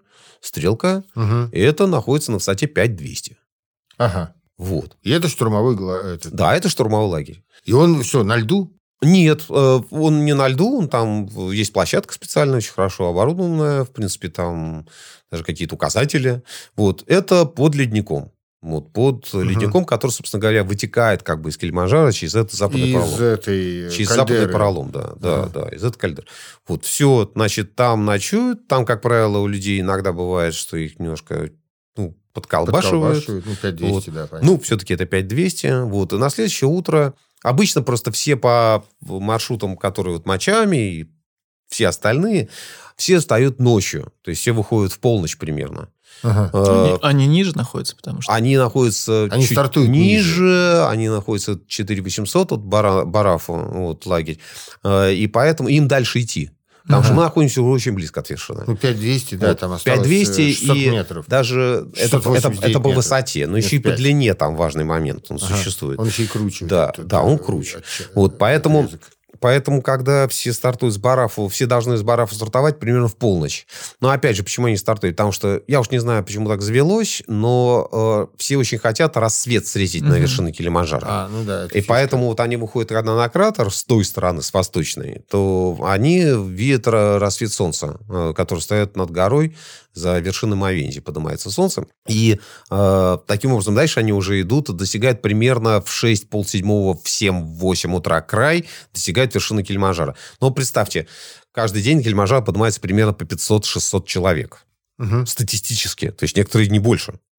и это находится на высоте 5200. Ага. Вот. И это штурмовой... Да, это штурмовой лагерь. И он что, на льду? Нет, он не на льду, там есть площадка специальная, очень хорошо оборудованная, в принципе, там даже какие-то указатели. Вот, это под ледником. Вот, под ледником, который, собственно говоря, вытекает как бы из Килиманджаро через этот западный поролом. Из этой через кальдеры. Западный Поролом, да, из этой кальдеры. Вот, все, значит, там ночуют, там, как правило, у людей иногда бывает, что их немножко... подколбашивают. 5200, да, понятно. Все-таки это 5200. Вот. И на следующее утро... Обычно просто все по маршрутам, которые вот Мачами и все остальные, все встают ночью. То есть все выходят в полночь примерно. Ага. Они ниже находятся, потому что... Они находятся чуть стартуют ниже. Они находятся 4800 от Барафу, вот, лагерь. И поэтому им дальше идти. Потому что мы находимся очень близко от вершины. 5200, да, там осталось 5200 600 и метров. Даже это по высоте, но еще и по длине там важный момент, он существует. Он еще и круче. Да, он круче. Вот, поэтому, когда все стартуют с Барафу, все должны с Барафу стартовать примерно в полночь. Но, опять же, почему они стартуют? Потому что, я уж не знаю, почему так завелось, но все очень хотят рассвет встретить на вершине Килиманджаро. И поэтому вот они выходят, когда на кратер с той стороны, с восточной, то они видят рассвет солнца, который стоит над горой, за вершиной Мовенди поднимается солнце. И таким образом дальше они уже идут и достигают примерно в 6, полседьмого, в 7, в 8 утра край, достигают вершины Килиманджаро. Но представьте, каждый день Килиманджаро поднимается примерно по 500-600 человек. Статистически. То есть некоторые не больше.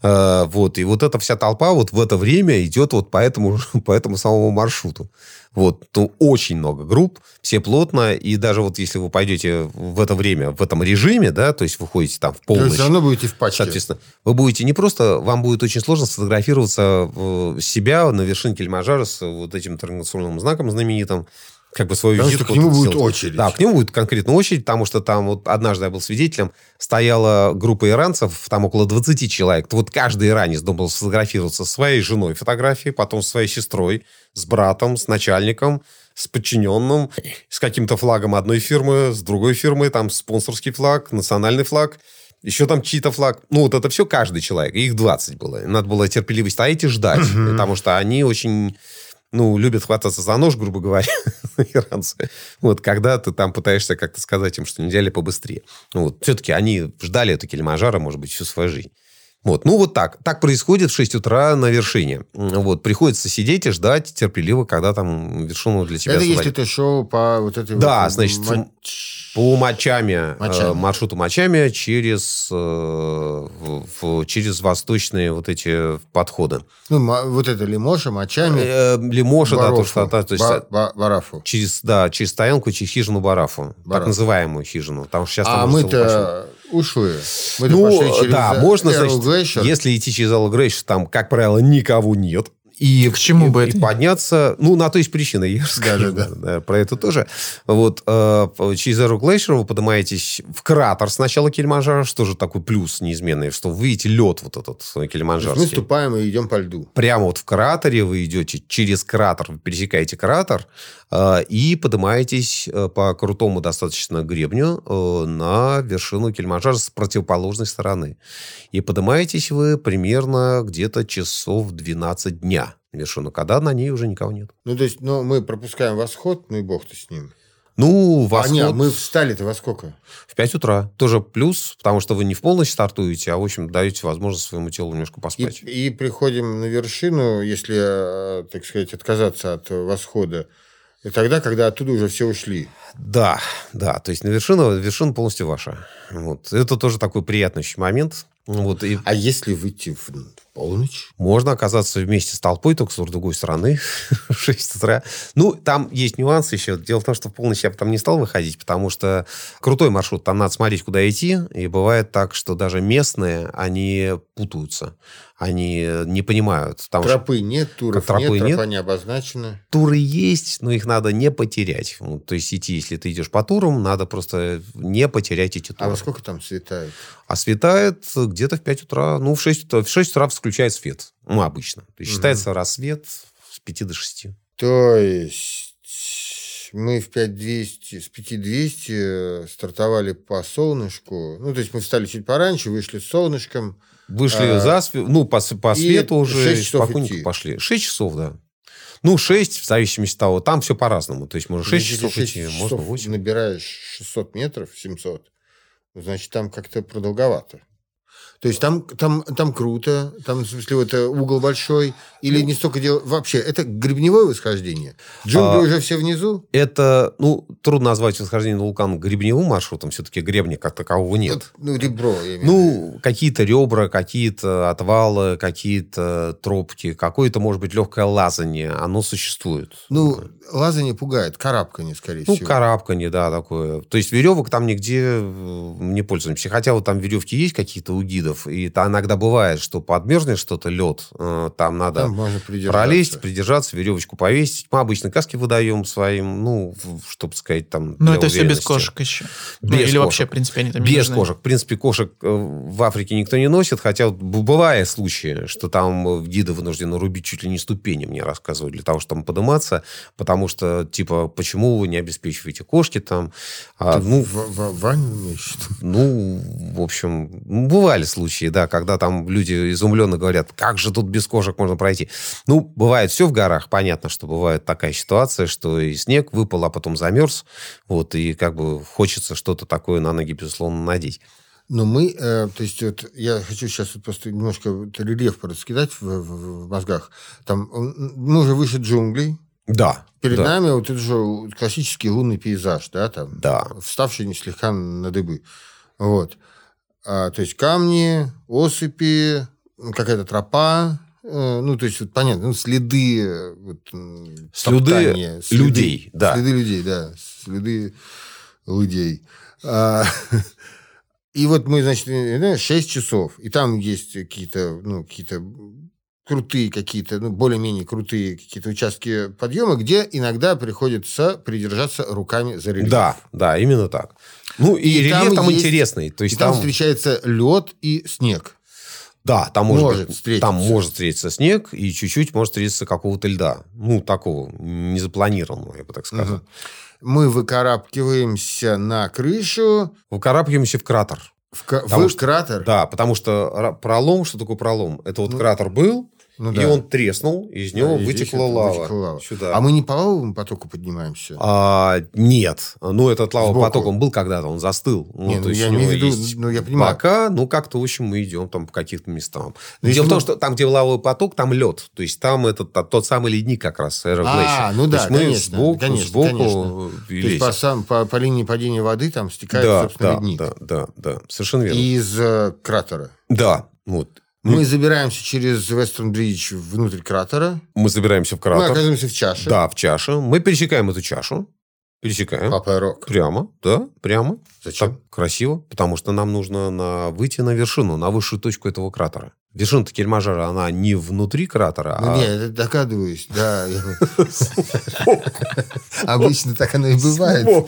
Вот. И вот эта вся толпа вот в это время идет вот по этому самому маршруту. Вот. То очень много групп, все плотно. И даже вот если вы пойдете в это время, в этом режиме, да, то есть вы ходите там в полночь. Вы все равно будете в пачке. Соответственно, вы будете не просто... Вам будет очень сложно сфотографироваться себя на вершине Килиманджаро с вот этим традиционным знаком знаменитым, как бы свою Потому визитку. что к нему будет очередь. Да, к нему будет конкретно очередь, потому что там вот однажды я был свидетелем, стояла группа иранцев, там около 20 человек. Вот каждый иранец должен был сфотографироваться со своей женой фотографией, потом со своей сестрой, с братом, с начальником, с подчиненным, с каким-то флагом одной фирмы, с другой фирмой, там спонсорский флаг, национальный флаг, еще там чей-то флаг. Ну, вот это все каждый человек. Их 20 было. Надо было терпеливо стоять и ждать, потому что они очень... любят хвататься за нож, грубо говоря, иранцы. Вот, когда ты там пытаешься как-то сказать им, что нельзя ли побыстрее. Вот. Все-таки они ждали эту Килиманджаро, может быть, всю свою жизнь. Вот. Вот так. Так происходит в 6 утра на вершине. Вот. Приходится сидеть и ждать терпеливо, когда там вершину для тебя освободят. Это если ты шел по вот этой... Да, значит, по Мачами, маршруту Мачами через восточные вот эти подходы. Вот это Лимоша, Мачами. Лимоша, Барофу, да, то есть Барафу. Через стоянку, через хижину Барафу. Так называемую хижину. Потому что сейчас мы-то ушли. Мы-то пошли через можно, значит, если идти через Элла Глейшер, там, как правило, никого нет. И, к чему бы это? И подняться... на то есть причина, я же скажу. Да, про это тоже. Вот, через Элла Глейшер вы поднимаетесь в кратер сначала Килиманджаро, что же такой плюс неизменный, что вы видите лед вот этот килиманджарский. Мы ступаем и идем по льду. Прямо вот в кратере вы идете, через кратер, вы пересекаете кратер и поднимаетесь по крутому достаточно гребню на вершину Килиманджаро с противоположной стороны. И поднимаетесь вы примерно где-то часов 12 дня. Вершину, когда на ней уже никого нет. То есть, мы пропускаем восход, и бог-то с ним. Восход... мы встали-то во сколько? В 5 утра. Тоже плюс, потому что вы не в полночь стартуете, а, в общем, даете возможность своему телу немножко поспать. И приходим на вершину, если, так сказать, отказаться от восхода, и тогда, когда оттуда уже все ушли. Да. То есть, вершина полностью ваша. Вот. Это тоже такой приятный момент. Вот, А если выйти в полночь? Можно оказаться вместе с толпой, только с другой стороны, в 6 утра. Там есть нюансы еще. Дело в том, что в полночь я бы там не стал выходить, потому что крутой маршрут, там надо смотреть, куда идти. И бывает так, что даже местные, они путаются. Они не понимают. Тропы нет, туров нет, тропа не обозначена. Туры есть, но их надо не потерять. То есть идти, если ты идешь по турам, надо просто не потерять эти туры. А во сколько там светает? А светает где-то в 5 утра. В 6 утра включает свет. Обычно. То есть считается рассвет с 5 до 6. То есть мы в 5200 стартовали по солнышку. То есть мы встали чуть пораньше, вышли с солнышком. Вышли по свету уже спокойненько пошли. 6 часов, да. 6, в зависимости от того. Там все по-разному. То есть, можно 6 часов идти, можно 8. Набираешь 600 метров, 700, значит, там как-то продолговато. То есть там круто, там, в смысле, это угол большой, или не столько дело... Вообще, это гребневое восхождение? Джунгли уже все внизу? Это, трудно назвать восхождение на вулкан гребневым маршрутом, все-таки гребня как такового нет. Ребро, я имею в виду. Какие-то ребра, какие-то отвалы, какие-то тропки, какое-то, может быть, легкое лазание, оно существует. Лазание пугает, карабканье, скорее всего. Карабканье, да, такое. То есть, веревок там нигде не пользуемся. Хотя вот там веревки есть какие-то у гидов, и иногда бывает, что подмерзнет что-то, лед, там надо пролезть, придержаться, веревочку повесить. Мы обычно каски выдаем своим, чтобы сказать, там... Но это все без кошек еще. Или кошек. Вообще, в принципе, они там не без нужны. Кошек. В принципе, кошек в Африке никто не носит, хотя бывают случаи, что там гиды вынуждены рубить чуть ли не ступени, мне рассказывают, для того, чтобы подниматься, потому что, почему вы не обеспечиваете кошки там? Ваню ищут? В общем, бывали случаи, да, когда там люди изумленно говорят, как же тут без кошек можно пройти? Бывает все в горах, понятно, что бывает такая ситуация, что и снег выпал, а потом замерз, и хочется что-то такое на ноги, безусловно, надеть. Но мы, то есть, я хочу сейчас просто немножко рельеф раскидать в мозгах. Там мы уже выше джунглей. Да. Перед нами это же классический лунный пейзаж, да, там, вставший слегка на дыбы. То есть камни, осыпи, какая-то тропа, ну, то есть, вот, понятно, ну, следы... Следы людей, да. Следы людей, да. Следы людей. И вот мы, значит, 6 часов, и там есть какие-то крутые какие-то, более-менее крутые какие-то участки подъема, где иногда приходится придержаться руками за рельеф. Да, именно так. Ну, и рельеф там интересный. То есть там встречается лед и снег. Да, там может встретиться снег, и чуть-чуть может встретиться какого-то льда. Ну, такого, незапланированного, я бы так сказал. Угу. Мы выкарабкиваемся на крышу. Выкарабкиваемся в кратер. Кратер? Да, потому что пролом, что такое пролом? Это вот кратер был, и он треснул, и из него вытекла лава. Сюда. А мы не по лавовому потоку поднимаемся? Нет. Ну, этот лавовый поток, он был когда-то, он застыл. Я имею в виду, я понимаю. Пока, как-то, в общем, мы идем там по каким-то местам. Дело в том, что там, где лавовый поток, там лед. То есть, там тот самый ледник как раз, Air ну да, конечно. Сбоку то есть, по линии падения воды там стекает, собственно, ледник. Да, совершенно верно. Из кратера. Да, вот. Мы забираемся через Вестерн-Бридж внутрь кратера. Мы забираемся в кратер. Мы оказываемся в чаше. Да, в чаше. Мы пересекаем эту чашу. Папа Рок. Прямо. Зачем? Так, красиво. Потому что нам нужно выйти на вершину, на высшую точку этого кратера. Вершина-то Килиманджаро, она не внутри кратера, Нет, это догадываюсь, да. Обычно так оно и бывает.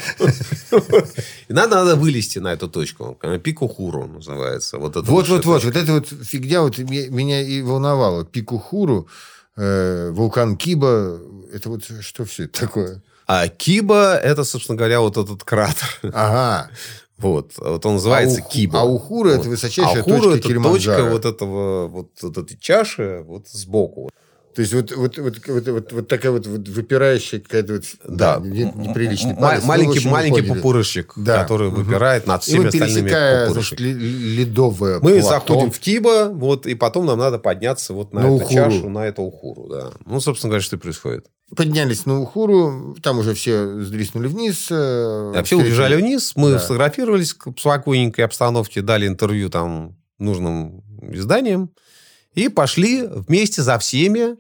И надо вылезти на эту точку. Пик-Ухуру называется. Вот эта вот фигня меня и волновала. Пик-Ухуру, вулкан Киба. Это вот что все это такое? А Киба, это, собственно говоря, вот этот кратер. Ага. Вот он называется Киба. А Ухура это высочайшая точка Килиманджаро. Точка вот этой чаши вот сбоку. То есть вот такая вот выпирающая какая-то неприличная падость. Маленький пупырышек, который выпирает над всеми остальными пупырышками. Ледовое Мы заходим в Киба, и потом нам надо подняться вот на эту чашу, на эту Ухуру. Да. Ну, собственно говоря, что и происходит. Поднялись на Ухуру, там уже все сдриснули вниз. Вообще убежали вниз, мы сфотографировались в спокойненькой обстановке, дали интервью там нужным изданиям. И пошли вместе за всеми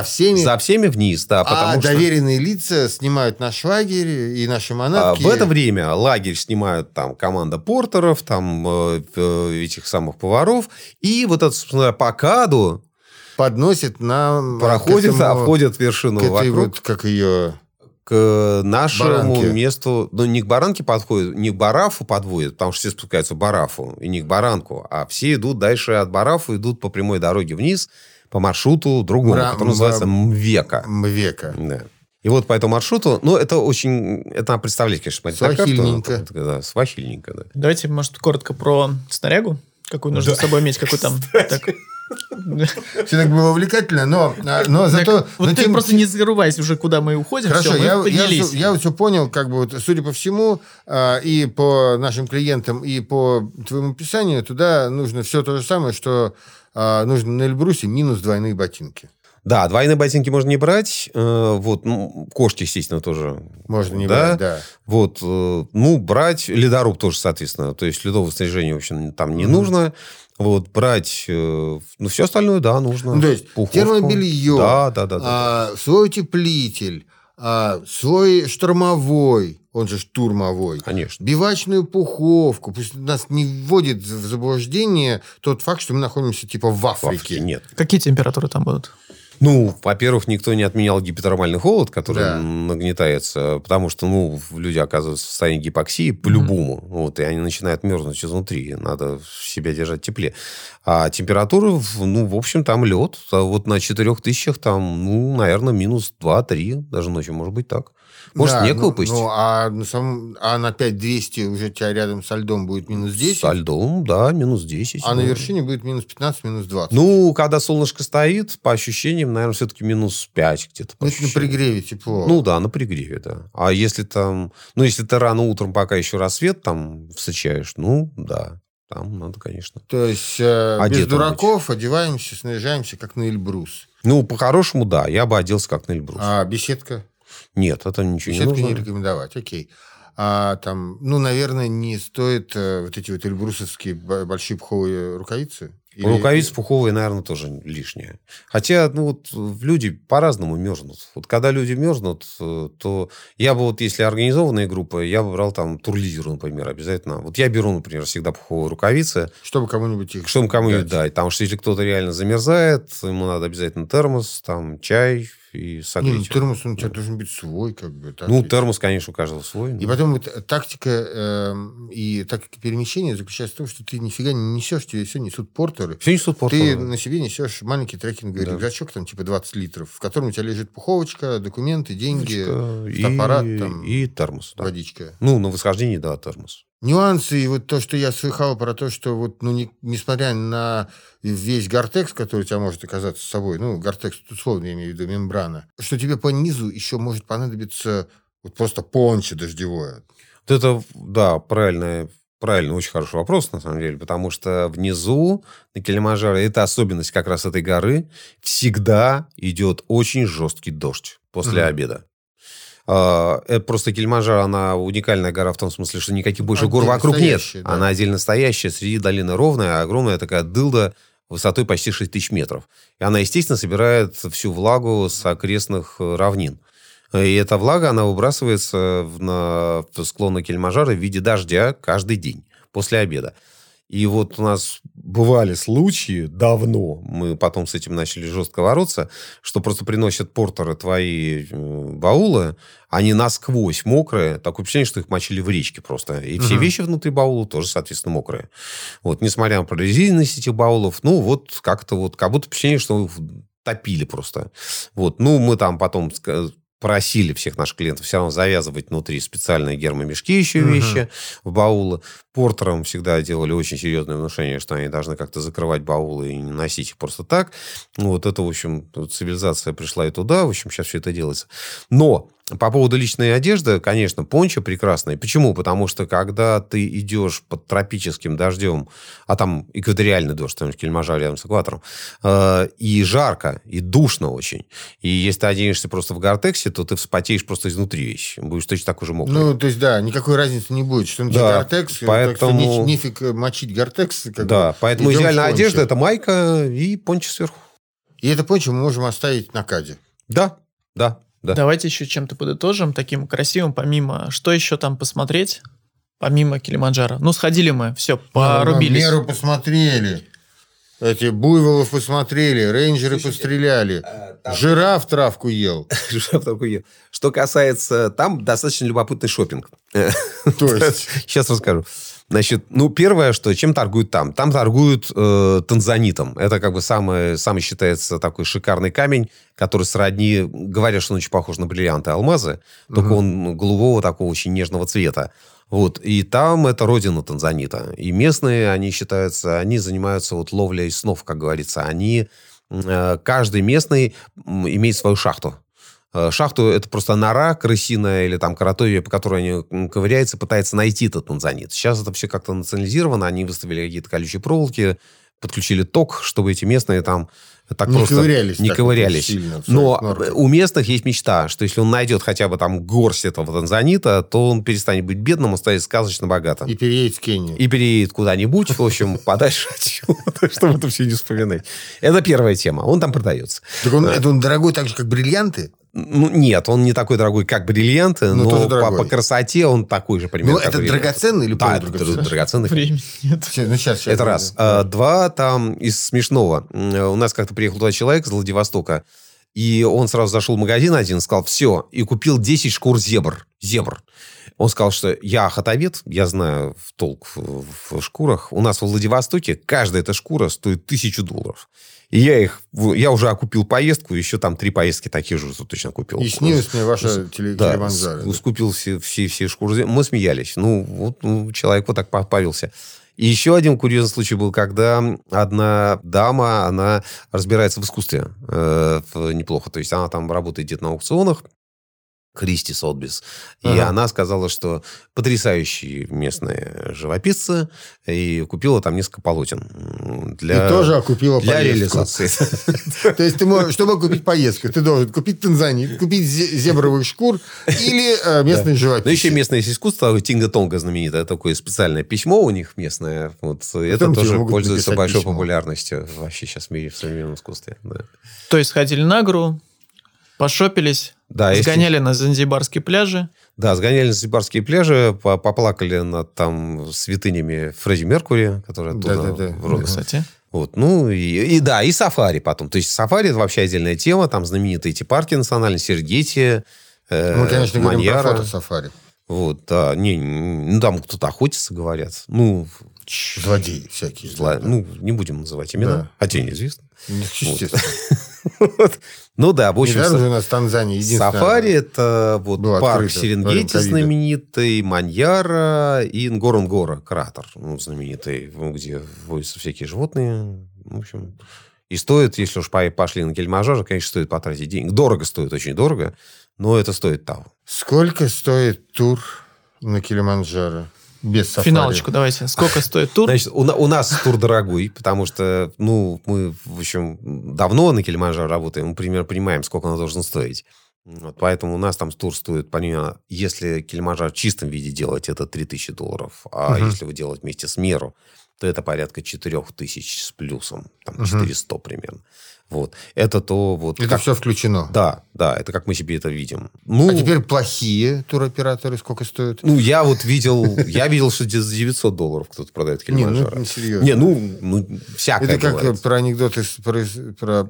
вниз. Да, потому что доверенные лица снимают наш лагерь и наши манатки. В это время лагерь снимают там команда портеров, там этих самых поваров. И вот это, собственно, по каду подносит нам... обходят вершину вокруг. Как ее... К нашему месту... Ну, не к баранке подходят, не к Барафу подводят, потому что все спускаются в Барафу, и не к баранку, а все идут дальше от Барафу, идут по прямой дороге вниз, по маршруту другому, который называется Мвека. Да. И вот по этому маршруту... Ну, это очень... Это надо представлять, конечно, свахильненько. Да, свахильненько, да. Давайте, может, коротко про снарягу. Какую нужно с собой иметь, какой там... Все так было увлекательно, но зато... Вот ты просто не зарывайся уже, куда мы уходим. Хорошо, я все понял, как бы, судя по всему, и по нашим клиентам, и по твоему описанию, туда нужно все то же самое, что нужно на Эльбрусе, минус двойные ботинки. Да, двойные ботинки можно не брать. Кошки, естественно, тоже. Можно не брать, да. Брать ледоруб тоже, соответственно. То есть, ледовое снаряжение, в общем, там не нужно. Брать... все остальное, да, нужно. То есть, пуховку. Термобелье. Да. Свой утеплитель. Свой штормовой, он же штурмовой. Конечно. Бивачную пуховку. Пусть нас не вводит в заблуждение тот факт, что мы находимся типа в Африке. Нет. Какие температуры там будут? Во-первых, никто не отменял гипотермальный холод, который нагнетается, потому что, люди оказываются в состоянии гипоксии по-любому. И они начинают мерзнуть изнутри. Надо себя держать в тепле. А температура, в общем, там лед. Вот на 4000 там, наверное, минус 2-3. Даже ночью может быть так. Может, снег выпасть. А на 5200 уже у тебя рядом со льдом будет минус 10? Со льдом, да, минус 10. А на вершине будет минус 15, минус 20? Когда солнышко стоит, по ощущениям, наверное, все-таки минус 5 где-то. Это на пригреве тепло. На пригреве, да. А если там... если ты рано утром, пока еще рассвет там встречаешь, да. Там надо, конечно. То есть, без дураков одеваемся, снаряжаемся, как на Эльбрус. По-хорошему, да. Я бы оделся, как на Эльбрус. А беседка? Нет, это ничего не нужно. Беседку не рекомендовать, окей. Наверное, не стоит вот эти вот эльбрусовские большие пуховые рукавицы? Рукавицы пуховые, наверное, тоже лишние. Хотя, люди по-разному мерзнут. Вот когда люди мерзнут, то я бы если организованная группа, я бы брал там турлидеру, например, обязательно. Вот я беру, например, всегда пуховые рукавицы. Чтобы кому-нибудь их дать. Потому что если кто-то реально замерзает, ему надо обязательно термос, там, чай и согреть. Термос, он у тебя должен быть свой, как бы. Так термос, конечно, у каждого свой. И потом тактика и тактика перемещения заключается в том, что ты нифига не несешь, тебе все несут портеры. Все несут портеры. Ты на себе несешь маленький трекинговый рюкзачок, там, типа 20 литров, в котором у тебя лежит пуховочка, документы, деньги, фотоаппарат, там, и термос. Да. Водичка. На восхождении, да, термос. Нюансы, и вот то, что я слыхал про то, что несмотря на весь гортекс, который у тебя может оказаться с собой, гортекс, тут условно я имею в виду мембрана, что тебе по низу еще может понадобиться просто пончо дождевое. Вот это, да, правильно, очень хороший вопрос, на самом деле, потому что внизу, на Килиманджаро, это особенность как раз этой горы, всегда идет очень жесткий дождь после обеда. Это просто Килиманджаро, она уникальная гора в том смысле, что никаких больше гор вокруг нет. Да. Она отдельно стоящая, среди долины ровная, огромная такая дылда высотой почти 6000 метров. И она, естественно, собирает всю влагу с окрестных равнин. И эта влага, она выбрасывается на склоны Килиманджаро в виде дождя каждый день после обеда. И вот у нас бывали случаи давно, мы потом с этим начали жестко бороться, что просто приносят портеры твои баулы, они насквозь мокрые, такое впечатление, что их мочили в речке просто. И все вещи внутри баула тоже, соответственно, мокрые. Несмотря на прорезиненность этих баулов, как будто впечатление, что их топили просто. Мы там потом просили всех наших клиентов все равно завязывать внутри специальные гермомешки еще вещи в баулы. Портерам всегда делали очень серьезное внушение, что они должны как-то закрывать баулы и не носить их просто так. Это, в общем, цивилизация пришла и туда. В общем, сейчас все это делается. Но по поводу личной одежды, конечно, пончо прекрасный. Почему? Потому что, когда ты идешь под тропическим дождем, а там экваториальный дождь, там Килиманджаро рядом с экватором, и жарко, и душно очень. И если ты оденешься просто в гортексе, то ты вспотеешь просто изнутри вещи. Будешь точно так же мокрый. То есть, да, никакой разницы не будет. Что да, гортекс, поэтому... нефиг мочить гортекс. Поэтому идеальная одежда – это майка и пончо сверху. И это пончо мы можем оставить на каде. Да. Давайте еще чем-то подытожим, таким красивым, помимо... Что еще там посмотреть, помимо Килиманджаро? Сходили мы, все, порубились. Меру посмотрели. Эти буйволов посмотрели, рейнджеры постреляли. Жираф травку ел. Что касается... Там достаточно любопытный шопинг. То есть? Сейчас расскажу. Значит, первое, чем торгуют там? Там торгуют танзанитом. Это как бы самый считается такой шикарный камень, который сродни... Говорят, что он очень похож на бриллианты, алмазы, только он голубого такого очень нежного цвета. И там это родина танзанита. И местные, они занимаются ловлей снов, как говорится. Каждый местный имеет свою шахту. Шахту – это просто нора крысиная или там коротовья, по которой они ковыряются, пытаются найти этот танзанит. Сейчас это все как-то национализировано. Они выставили какие-то колючие проволоки, подключили ток, чтобы эти местные там так не просто не ковырялись. Сильно, но у местных есть мечта, что если он найдет хотя бы там горсть этого танзанита, то он перестанет быть бедным, он станет сказочно богатым. И переедет в Кению. И переедет куда-нибудь, в общем, подальше отсюда, чтобы это все не вспоминать. Это первая тема. Он там продается. Так он дорогой так же, как бриллианты? Нет, он не такой дорогой, как бриллианты, но по красоте он такой же примерно. Это драгоценный или полудрагоценный? Да, драгоценный. Времени нет. Сейчас. Это раз. Два, там, из смешного. У нас как-то приехал туда человек с Владивостока, и он сразу зашел в магазин один, сказал, все, и купил 10 шкур зебр. Он сказал, что я охотовед, я знаю толк в шкурах. У нас во Владивостоке каждая эта шкура стоит $1000. И я уже окупил поездку, еще там 3 поездки такие же точно купил. И снилась мне ваша Килиманджаро. Да, скупил все шкуры. Мы смеялись. Человек вот так повелся. И еще один курьезный случай был, когда одна дама, она разбирается в искусстве неплохо. То есть она там работает где-то на аукционах. Кристи Сотбис. И она сказала, что потрясающие местные живописцы, и купила там несколько полотен. И тоже окупила для поездку. реализации. То есть, чтобы купить поездку, ты должен купить танзанит, купить зебровых шкур или местные живописцы. Ну, еще местное есть искусство, Тинга-Тонга знаменитое, такое специальное письмо у них местное. Вот, это тоже пользуется большой популярностью вообще сейчас в мире, в современном искусстве. Да. То есть сходили на гору, пошопились, сгоняли на занзибарские пляжи. Да, сгоняли на занзибарские пляжи, поплакали над там святынями Фредди Меркури, который оттуда вроде. Кстати. Вот, ну, и сафари потом. То есть сафари – это вообще отдельная тема. Там знаменитые эти парки национальные, Серengети, мы, конечно, говорим Маньяра. про фото-сафари. Вот, да. Ну, там кто-то охотится, говорят. Ну, злодеи всякие. Ну, не будем называть имена. Да. Хотя неизвестно. Естественно. Вот. Ну да, в общем... Недаром же у нас Танзания единственная... Сафари – это вот парк Серенгети знаменитый, Маньяра и Нгоронгоро, кратер знаменитый, где водятся всякие животные. В общем, и стоит, если уж пошли на Килиманджаро, конечно, стоит потратить деньги. Дорого стоит, очень дорого, но это стоит того. Сколько стоит тур на Килиманджаро? Без сафари. Финалочку давайте. Сколько стоит тур? Значит, у нас тур дорогой, потому что, мы, в общем, давно на Килиманджаро работаем, мы примерно понимаем, сколько он должен стоить. Вот, поэтому у нас там тур стоит, помимо, если Килиманджаро в чистом виде делать, это $3000, а если вы делаете вместе с Меру, то это порядка 4000 с плюсом, там 400 примерно. Вот. Это то... Вот, это все включено? Да, это как мы себе это видим. А теперь плохие туроператоры сколько стоят? Я видел, что за $900 кто-то продает Килиманджаро. Не серьезно. Всякое это как бывает. про анекдоты про...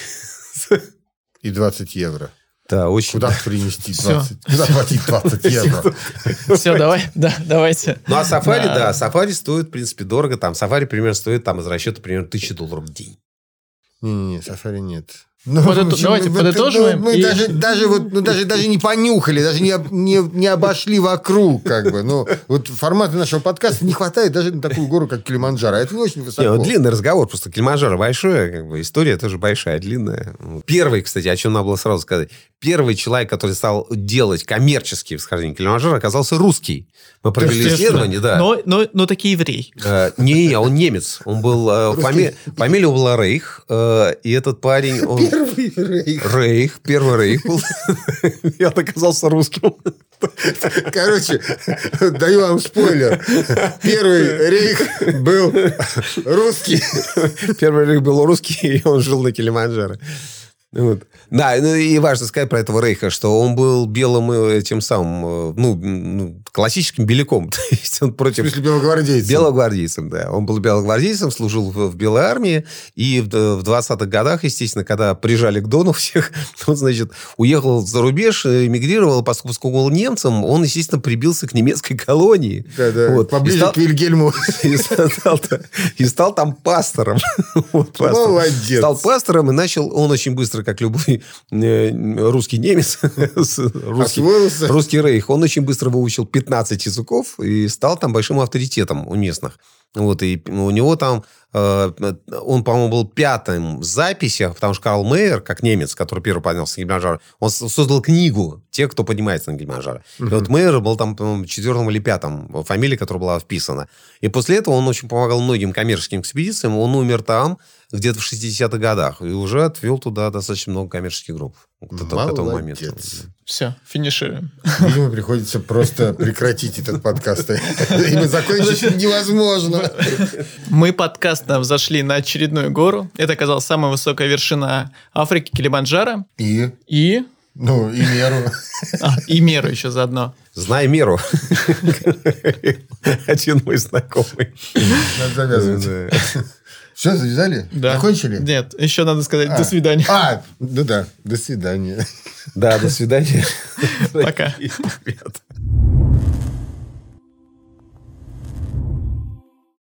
и 20 евро. Да, очень. Куда принести 20? Куда платить 20 евро? Все, давайте. Ну, а сафари, сафари стоит, в принципе, дорого. Там сафари примерно стоит там из расчета примерно $1000 в день. Не, сафари нет. Давайте подытоживаем. Мы даже не понюхали, даже не обошли вокруг. Вот формата нашего подкаста не хватает даже на такую гору, как Килиманджаро. Это не очень высоко. Длинный разговор. Просто Килиманджаро большое, история тоже большая, длинная. Первый, кстати, о чем надо было сразу сказать. Первый человек, который стал делать коммерческие восхождения Килиманджаро, оказался русский. Мы провели исследование, да. Но таки еврей. Не, он немец. Он был... Фамилия была Рейх. И этот парень... Первый Рейх был. И он оказался русским. Короче, даю вам спойлер. Первый Рейх был русский. Первый Рейх был русский, и он жил на Килиманджаро. Вот. Да, и важно сказать про этого Рейха, что он был белым тем самым, классическим беляком. То есть он против... В смысле, белогвардейцем? Белогвардейцем, да. Он был белогвардейцем, служил в Белой армии, и в 20-х годах, естественно, когда прижали к Дону всех, он, значит, уехал за рубеж, эмигрировал, поскольку был немцем, он, естественно, прибился к немецкой колонии. Да, вот. Поближе к Вильгельму. И стал там пастором. Молодец. Стал пастором и начал, он очень быстро, как любой русский немец, русский Рейх, он очень быстро выучил 15 языков и стал там большим авторитетом у местных. Вот, и у него там, он, по-моему, был пятым в записях, потому что Карл Мейер, как немец, который первый поднялся на Килиманджаро, он создал книгу «Те, кто поднимается на Килиманджаро». И вот Мейер был там, по-моему, 4-м или 5-м, фамилия, которая была вписана. И после этого он очень помогал многим коммерческим экспедициям. Он умер там где-то в 60-х годах и уже отвел туда достаточно много коммерческих групп. К этому моменту. Все, финишируем. Видимо, приходится просто прекратить этот подкаст. Ибо закончить невозможно. Мы подкастом взошли на очередную гору. Это оказалась самая высокая вершина Африки, Килиманджаро. И Меру. И Меру еще заодно. Знай Меру. Один мой знакомый. Надо завязывать. Все, завязали? Да. Закончили? Нет, еще надо сказать до свидания. Да, до свидания. Да, до свидания. Пока. Ребята.